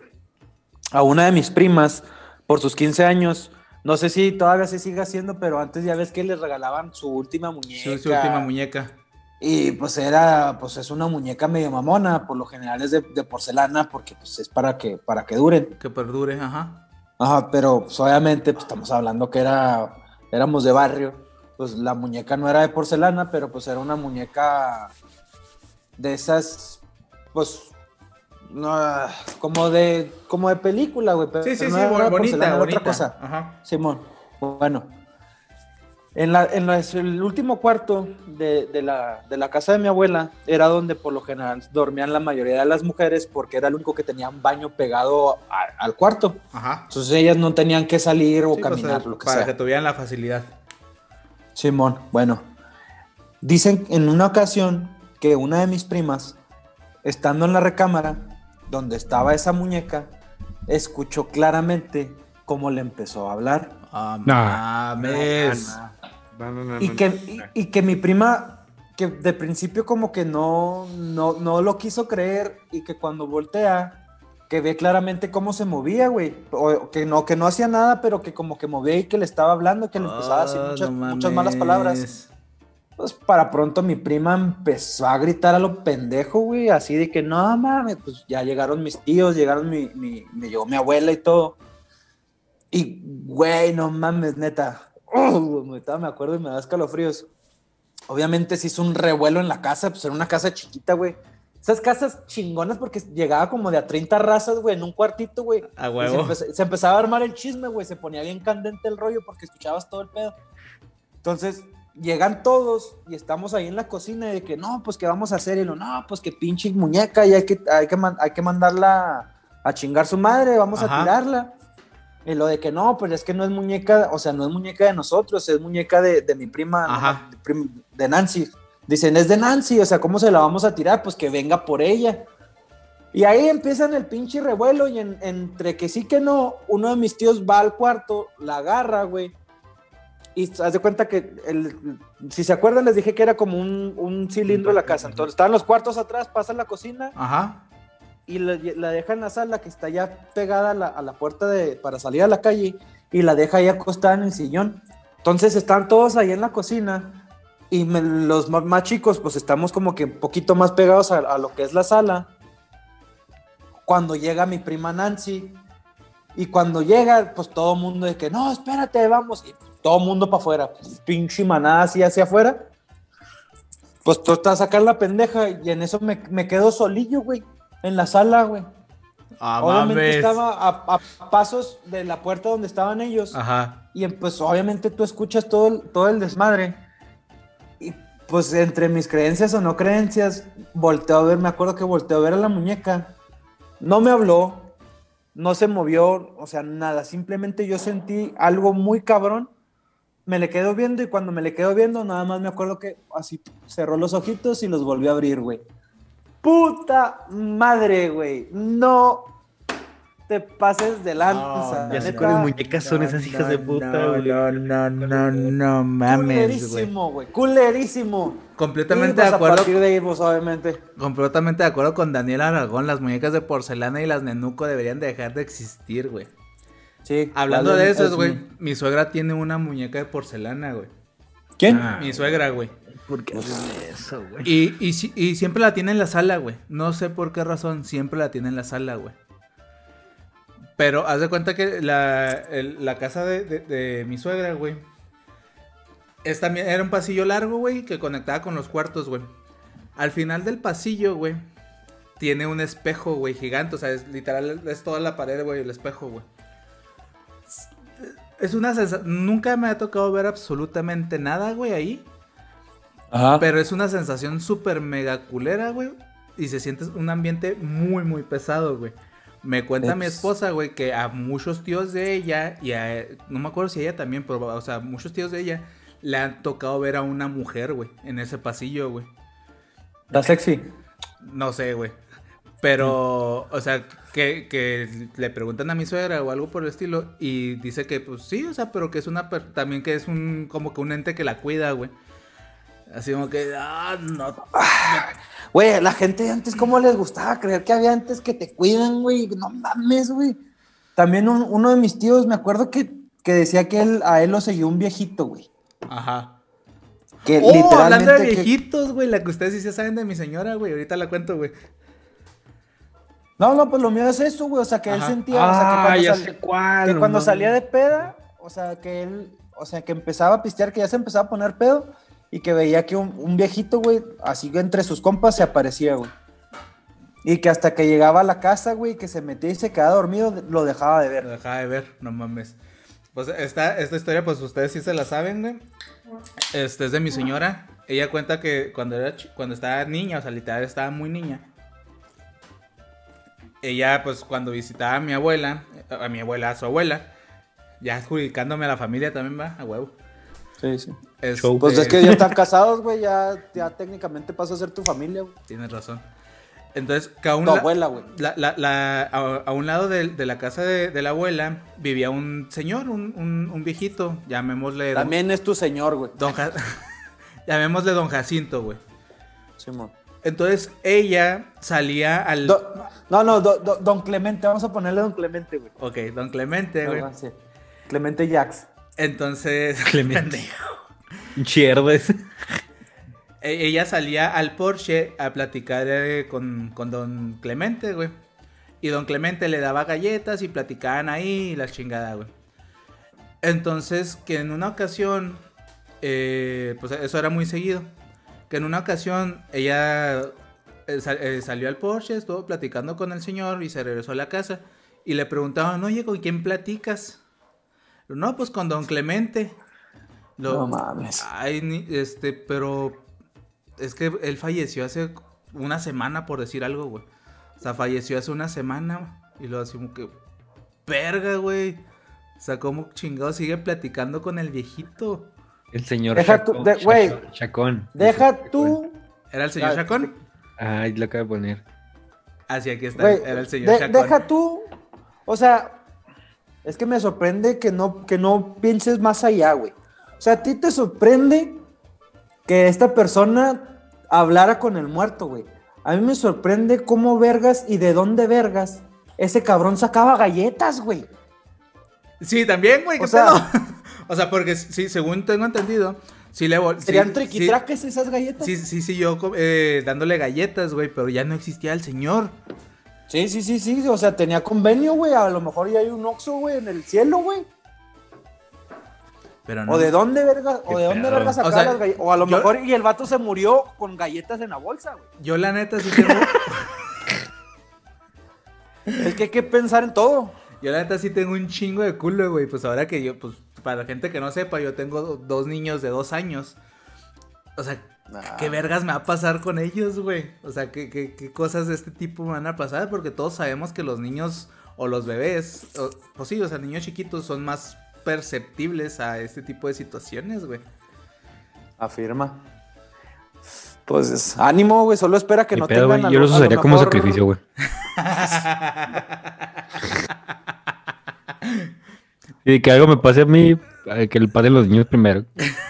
a una de mis primas, por sus quince años, no sé si todavía se sigue haciendo, pero antes ya ves que les regalaban su última muñeca. Su, su última muñeca. Y pues era, pues es una muñeca medio mamona, por lo general es de, de porcelana, porque pues es para que, para que duren. Que perdure, ajá. Ajá, pero pues obviamente pues, estamos hablando que era, éramos de barrio, pues la muñeca no era de porcelana, pero pues era una muñeca de esas, pues, no, como de, como de película, güey. pero Sí, sí, no sí, era bo- de bonita, porcelana, era bonita. otra cosa. Ajá. Simón, bueno. En, la, en la- el último cuarto de, de la, de la casa de mi abuela era donde por lo general dormían la mayoría de las mujeres porque era el único que tenía un baño pegado a- al cuarto. Ajá. Entonces ellas no tenían que salir o Sí, pues, caminar, eh, lo que para sea. que tuvieran la facilidad. Simón, bueno. Dicen en una ocasión que una de mis primas, estando en la recámara donde estaba esa muñeca, escuchó claramente cómo le empezó a hablar. Ah, No. mames. Y que, y, y que mi prima, que de principio como que no, no, no lo quiso creer y que cuando voltea, que ve claramente cómo se movía, güey. O que no, que no hacía nada, pero que como que movía y que le estaba hablando, que le empezaba a decir Ah, muchas, no muchas malas palabras. mames. Pues para pronto mi prima empezó a gritar a lo pendejo, güey, así de que no mames, pues ya llegaron mis tíos, llegaron mi, mi, me llegó mi abuela y todo. Y, güey, no mames, neta. Uh, neta, me acuerdo y me da escalofríos. Obviamente se hizo un revuelo en la casa, pues era una casa chiquita, güey. Esas casas chingonas porque llegaba como de a treinta razas, güey, en un cuartito, güey. A Y huevo. Se, empez- se empezaba a armar el chisme, güey. Se ponía bien candente el rollo porque escuchabas todo el pedo. Entonces, llegan todos y estamos ahí en la cocina y de que, no, pues, ¿qué vamos a hacer? Y lo, no, pues, que pinche muñeca y hay que, hay que, man- hay que mandarla a chingar su madre, vamos Ajá. a tirarla. Y lo de que no, pues es que no es muñeca, o sea, no es muñeca de nosotros, es muñeca de, de mi prima, Ajá. de, prim- de Nancy. Dicen, es de Nancy, o sea, ¿cómo se la vamos a tirar? Pues que venga por ella. Y ahí empiezan el pinche revuelo y en- entre que sí que no, uno de mis tíos va al cuarto, la agarra, güey. Y haz de cuenta que, el, si se acuerdan, les dije que era como un, un cilindro de la casa. Entonces, estaban los cuartos atrás, pasa la cocina Ajá. y la, la deja en la sala que está ya pegada a la, a la puerta de, para salir a la calle y la deja ahí acostada en el sillón. Entonces están todos ahí en la cocina y me- los más, más chicos pues estamos como que un poquito más pegados a, a lo que es la sala. Cuando llega mi prima Nancy y cuando llega pues todo el mundo de que no, espérate, vamos. Y todo el mundo para afuera, pues, pinche manada así hacia afuera. Pues tú estás a sacar la pendeja y en eso me, me quedo solillo, güey, en la sala, güey. Ah, Obviamente mames. estaba a, a pasos de la puerta donde estaban ellos. Ajá. Y pues obviamente tú escuchas todo el, todo el desmadre. Y pues entre mis creencias o no creencias, volteo a ver, me acuerdo que volteo a ver a la muñeca. No me habló, no se movió, o sea, nada. Simplemente yo sentí algo muy cabrón. Me le quedo viendo y cuando me le quedo viendo, nada más me acuerdo que así cerró los ojitos y los volvió a abrir, güey. Puta madre, güey. No te pases de lanza. No, Ya sé neta. cuáles muñecas son esas hijas de puta, no, güey. no, no, no, no mames, güey. Culerísimo, güey. Culerísimo. Completamente Y, pues, de acuerdo. A partir de ahí, pues, obviamente. Completamente de acuerdo con Daniel Aragón. Las muñecas de porcelana y las nenuco deberían dejar de existir, güey. Sí. Hablando vale, de eso, es- güey, mi suegra tiene una muñeca de porcelana, güey. ¿Quién? Ah, Mi suegra, güey. ¿Por qué hacen eso, güey? Y, y, si- y siempre la tiene en la sala, güey. No sé por qué razón, siempre la tiene en la sala, güey. Pero haz de cuenta que la, el- la casa de, de- de mi suegra, güey, es también, era un pasillo largo, güey, que conectaba con los cuartos, güey. Al final del pasillo, güey, tiene un espejo, güey, gigante. O sea, es literal, es toda la pared, güey, el espejo, güey. Es una sensación, nunca me ha tocado ver absolutamente nada, güey, ahí. Ajá. Pero es una sensación súper mega culera, güey. Y se siente un ambiente muy, muy pesado, güey. Me cuenta mi Eps. esposa, güey, que a muchos tíos de ella, y a, no me acuerdo si a ella también, pero, o sea, muchos tíos de ella le han tocado ver a una mujer, güey, en ese pasillo, güey. Está sexy. No sé, güey. Pero, o sea, que, que le preguntan a mi suegra o algo por el estilo, y dice que, pues sí, o sea, pero que es una, per- también que es un, como que un ente que la cuida, güey. Así como que, ah, no. Güey, la gente antes, ¿cómo les gustaba creer que había antes que te cuidan, güey? No mames, güey. También un- uno de mis tíos, me acuerdo que, que decía que él, a él lo seguía un viejito, güey. Ajá. Que Oh, literalmente. hablando de que- viejitos, güey, la que ustedes sí se saben de mi señora, güey, ahorita la cuento, güey. No, no, pues lo mío es eso, güey. O sea, que Ajá. él sentía, o sea, que Ah, cuando, ya sal- sé cuál. que no cuando mames. salía de peda, o sea, que él, o sea, que empezaba a pistear, que ya se empezaba a poner pedo y que veía que un, un viejito, güey, así entre sus compas se aparecía, güey. Y que hasta que llegaba a la casa, güey, que se metía y se quedaba dormido, lo dejaba de Lo ver. dejaba de ver, no mames. Pues esta, esta historia, pues ustedes sí se la saben, güey. Este es de mi señora. Ella cuenta que cuando era chi- cuando estaba niña, o sea, literal estaba muy niña. Ella, pues, cuando visitaba a mi abuela, a mi abuela, a su abuela, ya adjudicándome a la familia también, va, a huevo. Sí, sí. Este, Show. Pues es que ya están casados, güey, ya, ya técnicamente pasa a ser tu familia, güey. Tienes razón. Entonces, que a un, Tu la- abuela, güey. la- la- la- a, a un lado de, de la casa de, de la abuela vivía un señor, un, un- un viejito, llamémosle don, También es tu señor, güey. don Ja- llamémosle don Jacinto, güey. Simón. Entonces ella salía al... Do- no, no, do- do- don Clemente, vamos a ponerle don Clemente, güey. Ok, don Clemente, güey. Ah, sí. Clemente Jax. Entonces... Clemente. Chierdes. e- ella salía al Porsche a platicar eh, con, con don Clemente, güey. Y don Clemente le daba galletas y platicaban ahí y la chingada, güey. Entonces, que en una ocasión, eh, pues eso era muy seguido, que en una ocasión ella eh, sal- eh, salió al porche, estuvo platicando con el señor y se regresó a la casa y le preguntaban, oye, ¿con quién platicas? No, pues con don Clemente. Lo, No mames. Ay, ni- este, pero es que él falleció hace una semana, por decir algo, güey. O sea, falleció hace una semana y lo así como que, verga, güey. O sea, ¿cómo chingado sigue platicando con el viejito? El señor Deja tú- Chacón. de- güey. Chacón, Chacón. Deja Chacón. tú. ¿Era el señor Ah, Chacón? Ay, lo acabo de poner. Así aquí está, Güey, era el señor de- Chacón. deja tú. O sea, es que me sorprende que no, que no pienses más allá, güey. O sea, a ti te sorprende que esta persona hablara con el muerto, güey. A mí me sorprende cómo vergas y de dónde vergas ese cabrón sacaba galletas, güey. Sí, también, güey, O qué sea- pedo. O sea, porque sí, según tengo entendido, sí le vol- ¿Serían sí, triquitraques esas galletas? Sí, sí, sí, yo eh, dándole galletas, güey, pero ya no existía el señor. Sí, sí, sí, sí. O sea, tenía convenio, güey. A lo mejor ya hay un Oxxo, güey, en el cielo, güey. Pero no. O de dónde vergas, o de Qué dónde pedo. vergas sacaba O sea, las galletas. O a lo yo- mejor y el vato se murió con galletas en la bolsa, güey. Yo la neta sí tengo. Es que hay que pensar en todo. Yo la neta sí tengo un chingo de culo, güey. Pues ahora que yo, pues, para la gente que no sepa, yo tengo do- dos niños de dos años. O sea, Ah. ¿qué vergas me va a pasar con ellos, güey? O sea, ¿qué, qué, qué cosas de este tipo me van a pasar? Porque todos sabemos que los niños o los bebés, o, pues sí, o sea, niños chiquitos son más perceptibles a este tipo de situaciones, güey. Afirma. Pues ánimo, güey. Solo espera que Ni no pedo, tengan güey. a Yo lo- lo a lo usaría como mejor- sacrificio, güey. Y que algo me pase a mí, eh, que le pase a los niños primero.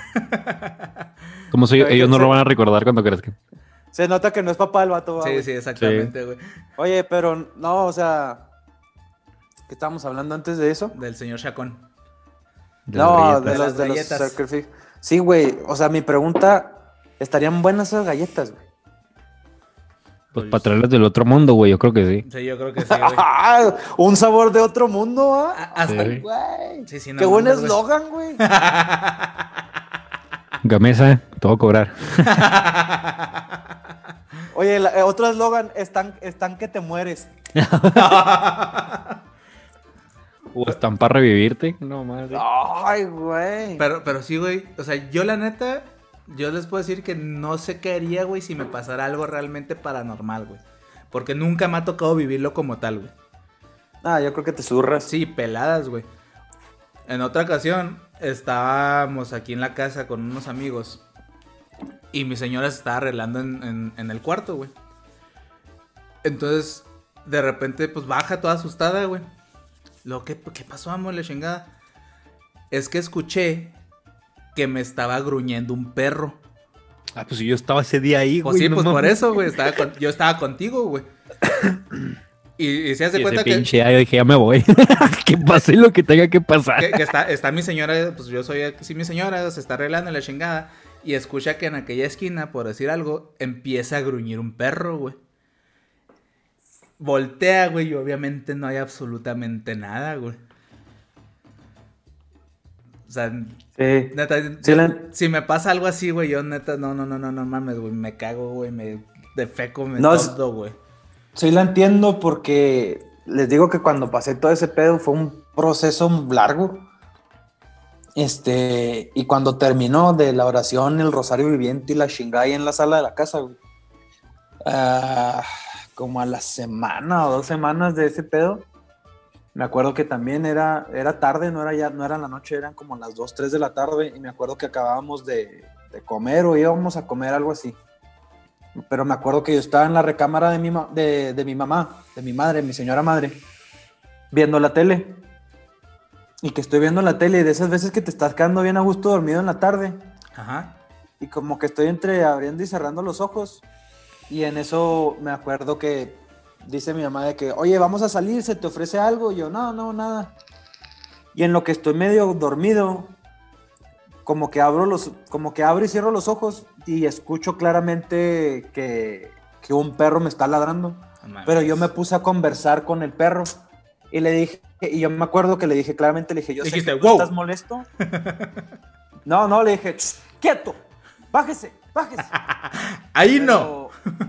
Como soy, Pero ellos no que lo se- van a recordar cuando crezcan. Se nota que no es papá del vato, va, Sí, güey. sí, exactamente, güey. Oye, pero no, o sea. ¿Qué estábamos hablando antes de eso? Del señor Chacón. De las No, galletas. de De los, las de los galletas. sacrificios. Sí, güey. O sea, mi pregunta: ¿estarían buenas esas galletas, güey? Pues para traerlas del otro mundo, güey, yo creo que sí. Sí, yo creo que sí, güey. Ah, un sabor de otro mundo, ¿ah? A- Hasta, Sí. Güey. Sí, sí, no Qué buen mames, güey. eslogan, güey. Gamesa, te voy a cobrar. Oye, la- eh, otro eslogan: están, están que te mueres. O están para revivirte. No, madre. Ay, güey. Pero, pero sí, güey. O sea, yo la neta, yo les puedo decir que no sé qué haría, güey, si me pasara algo realmente paranormal, güey. Porque nunca me ha tocado vivirlo como tal, güey. Ah, yo creo que te zurras. Sí, peladas, güey. En otra ocasión, estábamos aquí en la casa con unos amigos. Y mi señora se estaba arreglando en, en- en el cuarto, güey. Entonces, de repente, pues baja toda asustada, güey. Lo que, ¿qué pasó, amor? La chingada. Es que escuché que me estaba gruñendo un perro. Ah, pues si yo estaba ese día ahí, Pues güey. sí, no pues por mames. eso, güey. Estaba con- yo estaba contigo, güey. Y, y se hace Y cuenta ese que, pinche día yo dije, ya me voy. Que pase lo que tenga que pasar. que, que está, está mi señora, pues yo soy sí mi señora, se está arreglando en la chingada. Y escucha que en aquella esquina, por decir algo, empieza a gruñir un perro, güey. Voltea, güey, y obviamente no hay absolutamente nada, güey. O sea, Sí. neta, Sí, yo- la- si me pasa algo así, güey, yo neta, no, no, no, no, no mames, güey, me cago, güey, me defeco, me No, es- todo, güey. Sí la entiendo porque les digo que cuando pasé todo ese pedo fue un proceso largo. Este, y cuando terminó de la oración, el rosario viviente y la chingada ahí en la sala de la casa, güey. ah, como a la semana o dos semanas de ese pedo, me acuerdo que también era, era tarde, no era ya, no era la noche, eran como las dos, tres de la tarde, y me acuerdo que acabábamos de, de comer o íbamos a comer algo así. Pero me acuerdo que yo estaba en la recámara de mi, ma- de, de mi mamá, de mi madre, mi señora madre, viendo la tele. Y que estoy viendo la tele y de esas veces que te estás quedando bien a gusto dormido en la tarde. Ajá. Y como que estoy entre abriendo y cerrando los ojos. Y en eso me acuerdo que dice mi mamá de que, oye, vamos a salir, ¿se te ofrece algo? Y yo, no, no, nada. Y en lo que estoy medio dormido, como que abro los, como que abro y cierro los ojos y escucho claramente que, que un perro me está ladrando. No mames. Pero yo me puse a conversar con el perro y le dije, y yo me acuerdo que le dije claramente, le dije, yo Dijiste, sé que tú "Wow". estás molesto. No, no, le dije, "Shh, quieto, bájese, bájese". Ahí Pero- no.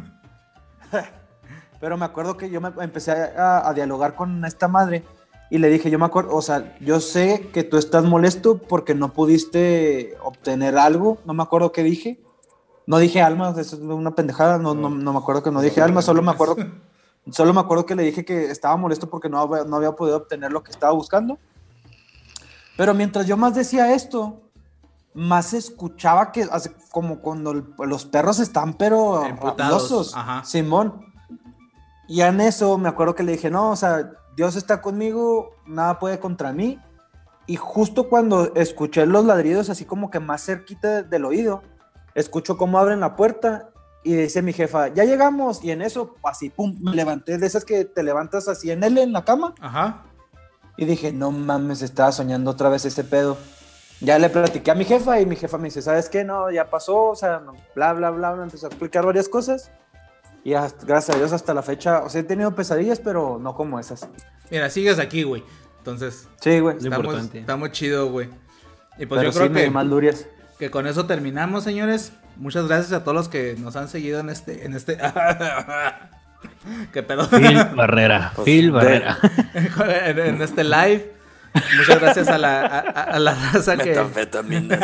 Pero me acuerdo que yo me empecé a, a dialogar con esta madre y le dije, yo me acuerdo, o sea, yo sé que tú estás molesto porque no pudiste obtener algo, no me acuerdo qué dije. No dije alma, eso es una pendejada, no, no, no me acuerdo que no dije alma, solo me acuerdo, solo me acuerdo que le dije que estaba molesto porque no, había- no había podido obtener lo que estaba buscando. Pero mientras yo más decía esto, más escuchaba que hace como cuando el- los perros están pero Emputados, rabiosos, ajá. Simón. Y en eso me acuerdo que le dije, no, o sea, Dios está conmigo, nada puede contra mí. Y justo cuando escuché los ladridos así como que más cerquita de- del oído, escucho cómo abren la puerta y dice mi jefa, ya llegamos. Y en eso, así, pum, me levanté de esas que te levantas así en L en la cama. Ajá. Y dije, no mames, estaba soñando otra vez ese pedo. Ya le platiqué a mi jefa y mi jefa me dice, ¿sabes qué? No, ya pasó, o sea, no, bla, bla, bla, me empezó a explicar varias cosas. Y hasta- gracias a Dios hasta la fecha, o sea, he tenido pesadillas, pero no como esas. Mira, sigues aquí, güey. Entonces, Sí, güey. Lo estamos, importante. estamos chido, güey. Y pues Pero yo sí, creo me que, más durias. que con eso terminamos, señores. Muchas gracias a todos los que nos han seguido en este... En este... ¿Qué pedo? Phil Barrera, Pues, Phil de- Barrera. en, en este live. Muchas gracias a la, a, a- a la raza que... Metanfetaminas.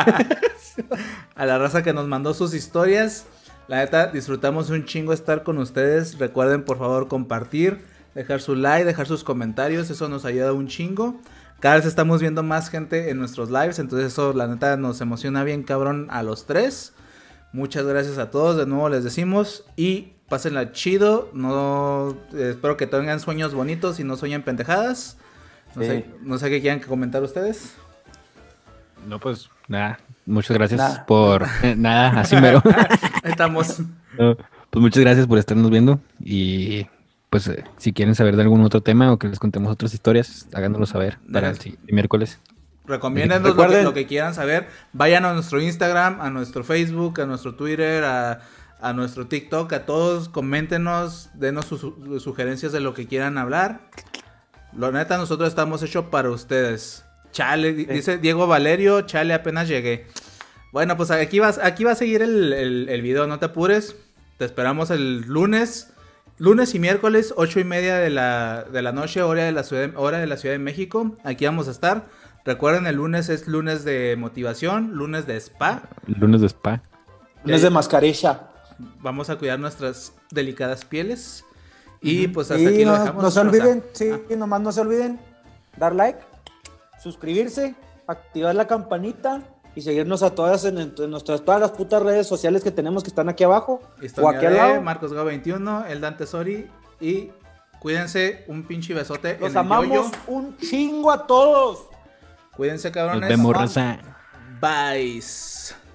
a la raza que nos mandó sus historias. La neta, disfrutamos un chingo estar con ustedes. Recuerden, por favor, compartir, dejar su like, dejar sus comentarios. Eso nos ayuda un chingo. Cada vez estamos viendo más gente en nuestros lives. Entonces eso, la neta, nos emociona bien cabrón a los tres. Muchas gracias a todos. De nuevo les decimos. Y pásenla chido. No, eh, espero que tengan sueños bonitos y no sueñen pendejadas. No, Sí. sé, no sé qué quieran comentar ustedes. No, pues nada. Muchas gracias Nada. por eh, nada, así mero. Ahí estamos. No, pues muchas gracias por estarnos viendo. Y pues eh, si quieren saber de algún otro tema o que les contemos otras historias, háganoslo saber para el siguiente miércoles. Recomiéndennos lo que, Recuerden- lo que quieran saber. Vayan a nuestro Instagram, a nuestro Facebook, a nuestro Twitter, a, a nuestro TikTok, a todos. Coméntenos, denos sus, sus sugerencias de lo que quieran hablar. Lo neta, nosotros estamos hechos para ustedes. Chale, di- Sí. dice Diego Valerio, chale, apenas llegué. Bueno, pues aquí va, aquí va a seguir el, el, el video, no te apures. Te esperamos el lunes. Lunes y miércoles, ocho y media de la, de la noche, hora de la, ciudad, hora de la Ciudad de México. Aquí vamos a estar. Recuerden, el lunes es lunes de motivación, lunes de spa. Lunes de spa. No es de mascarilla. Vamos a cuidar nuestras delicadas pieles. Y pues hasta Y aquí lo no, dejamos. no se raza. olviden, sí, Ah, nomás no se olviden dar like, suscribirse, activar la campanita y seguirnos a todas en, en nuestras todas las putas redes sociales que tenemos que están aquí abajo o Estonia aquí al D, lado. Marcos Gao veintiuno, el Dante Sori. Y cuídense, un pinche besote Los en el amamos yoyo. un chingo a todos. Cuídense, Nos cabrones. vemos, raza. Bye.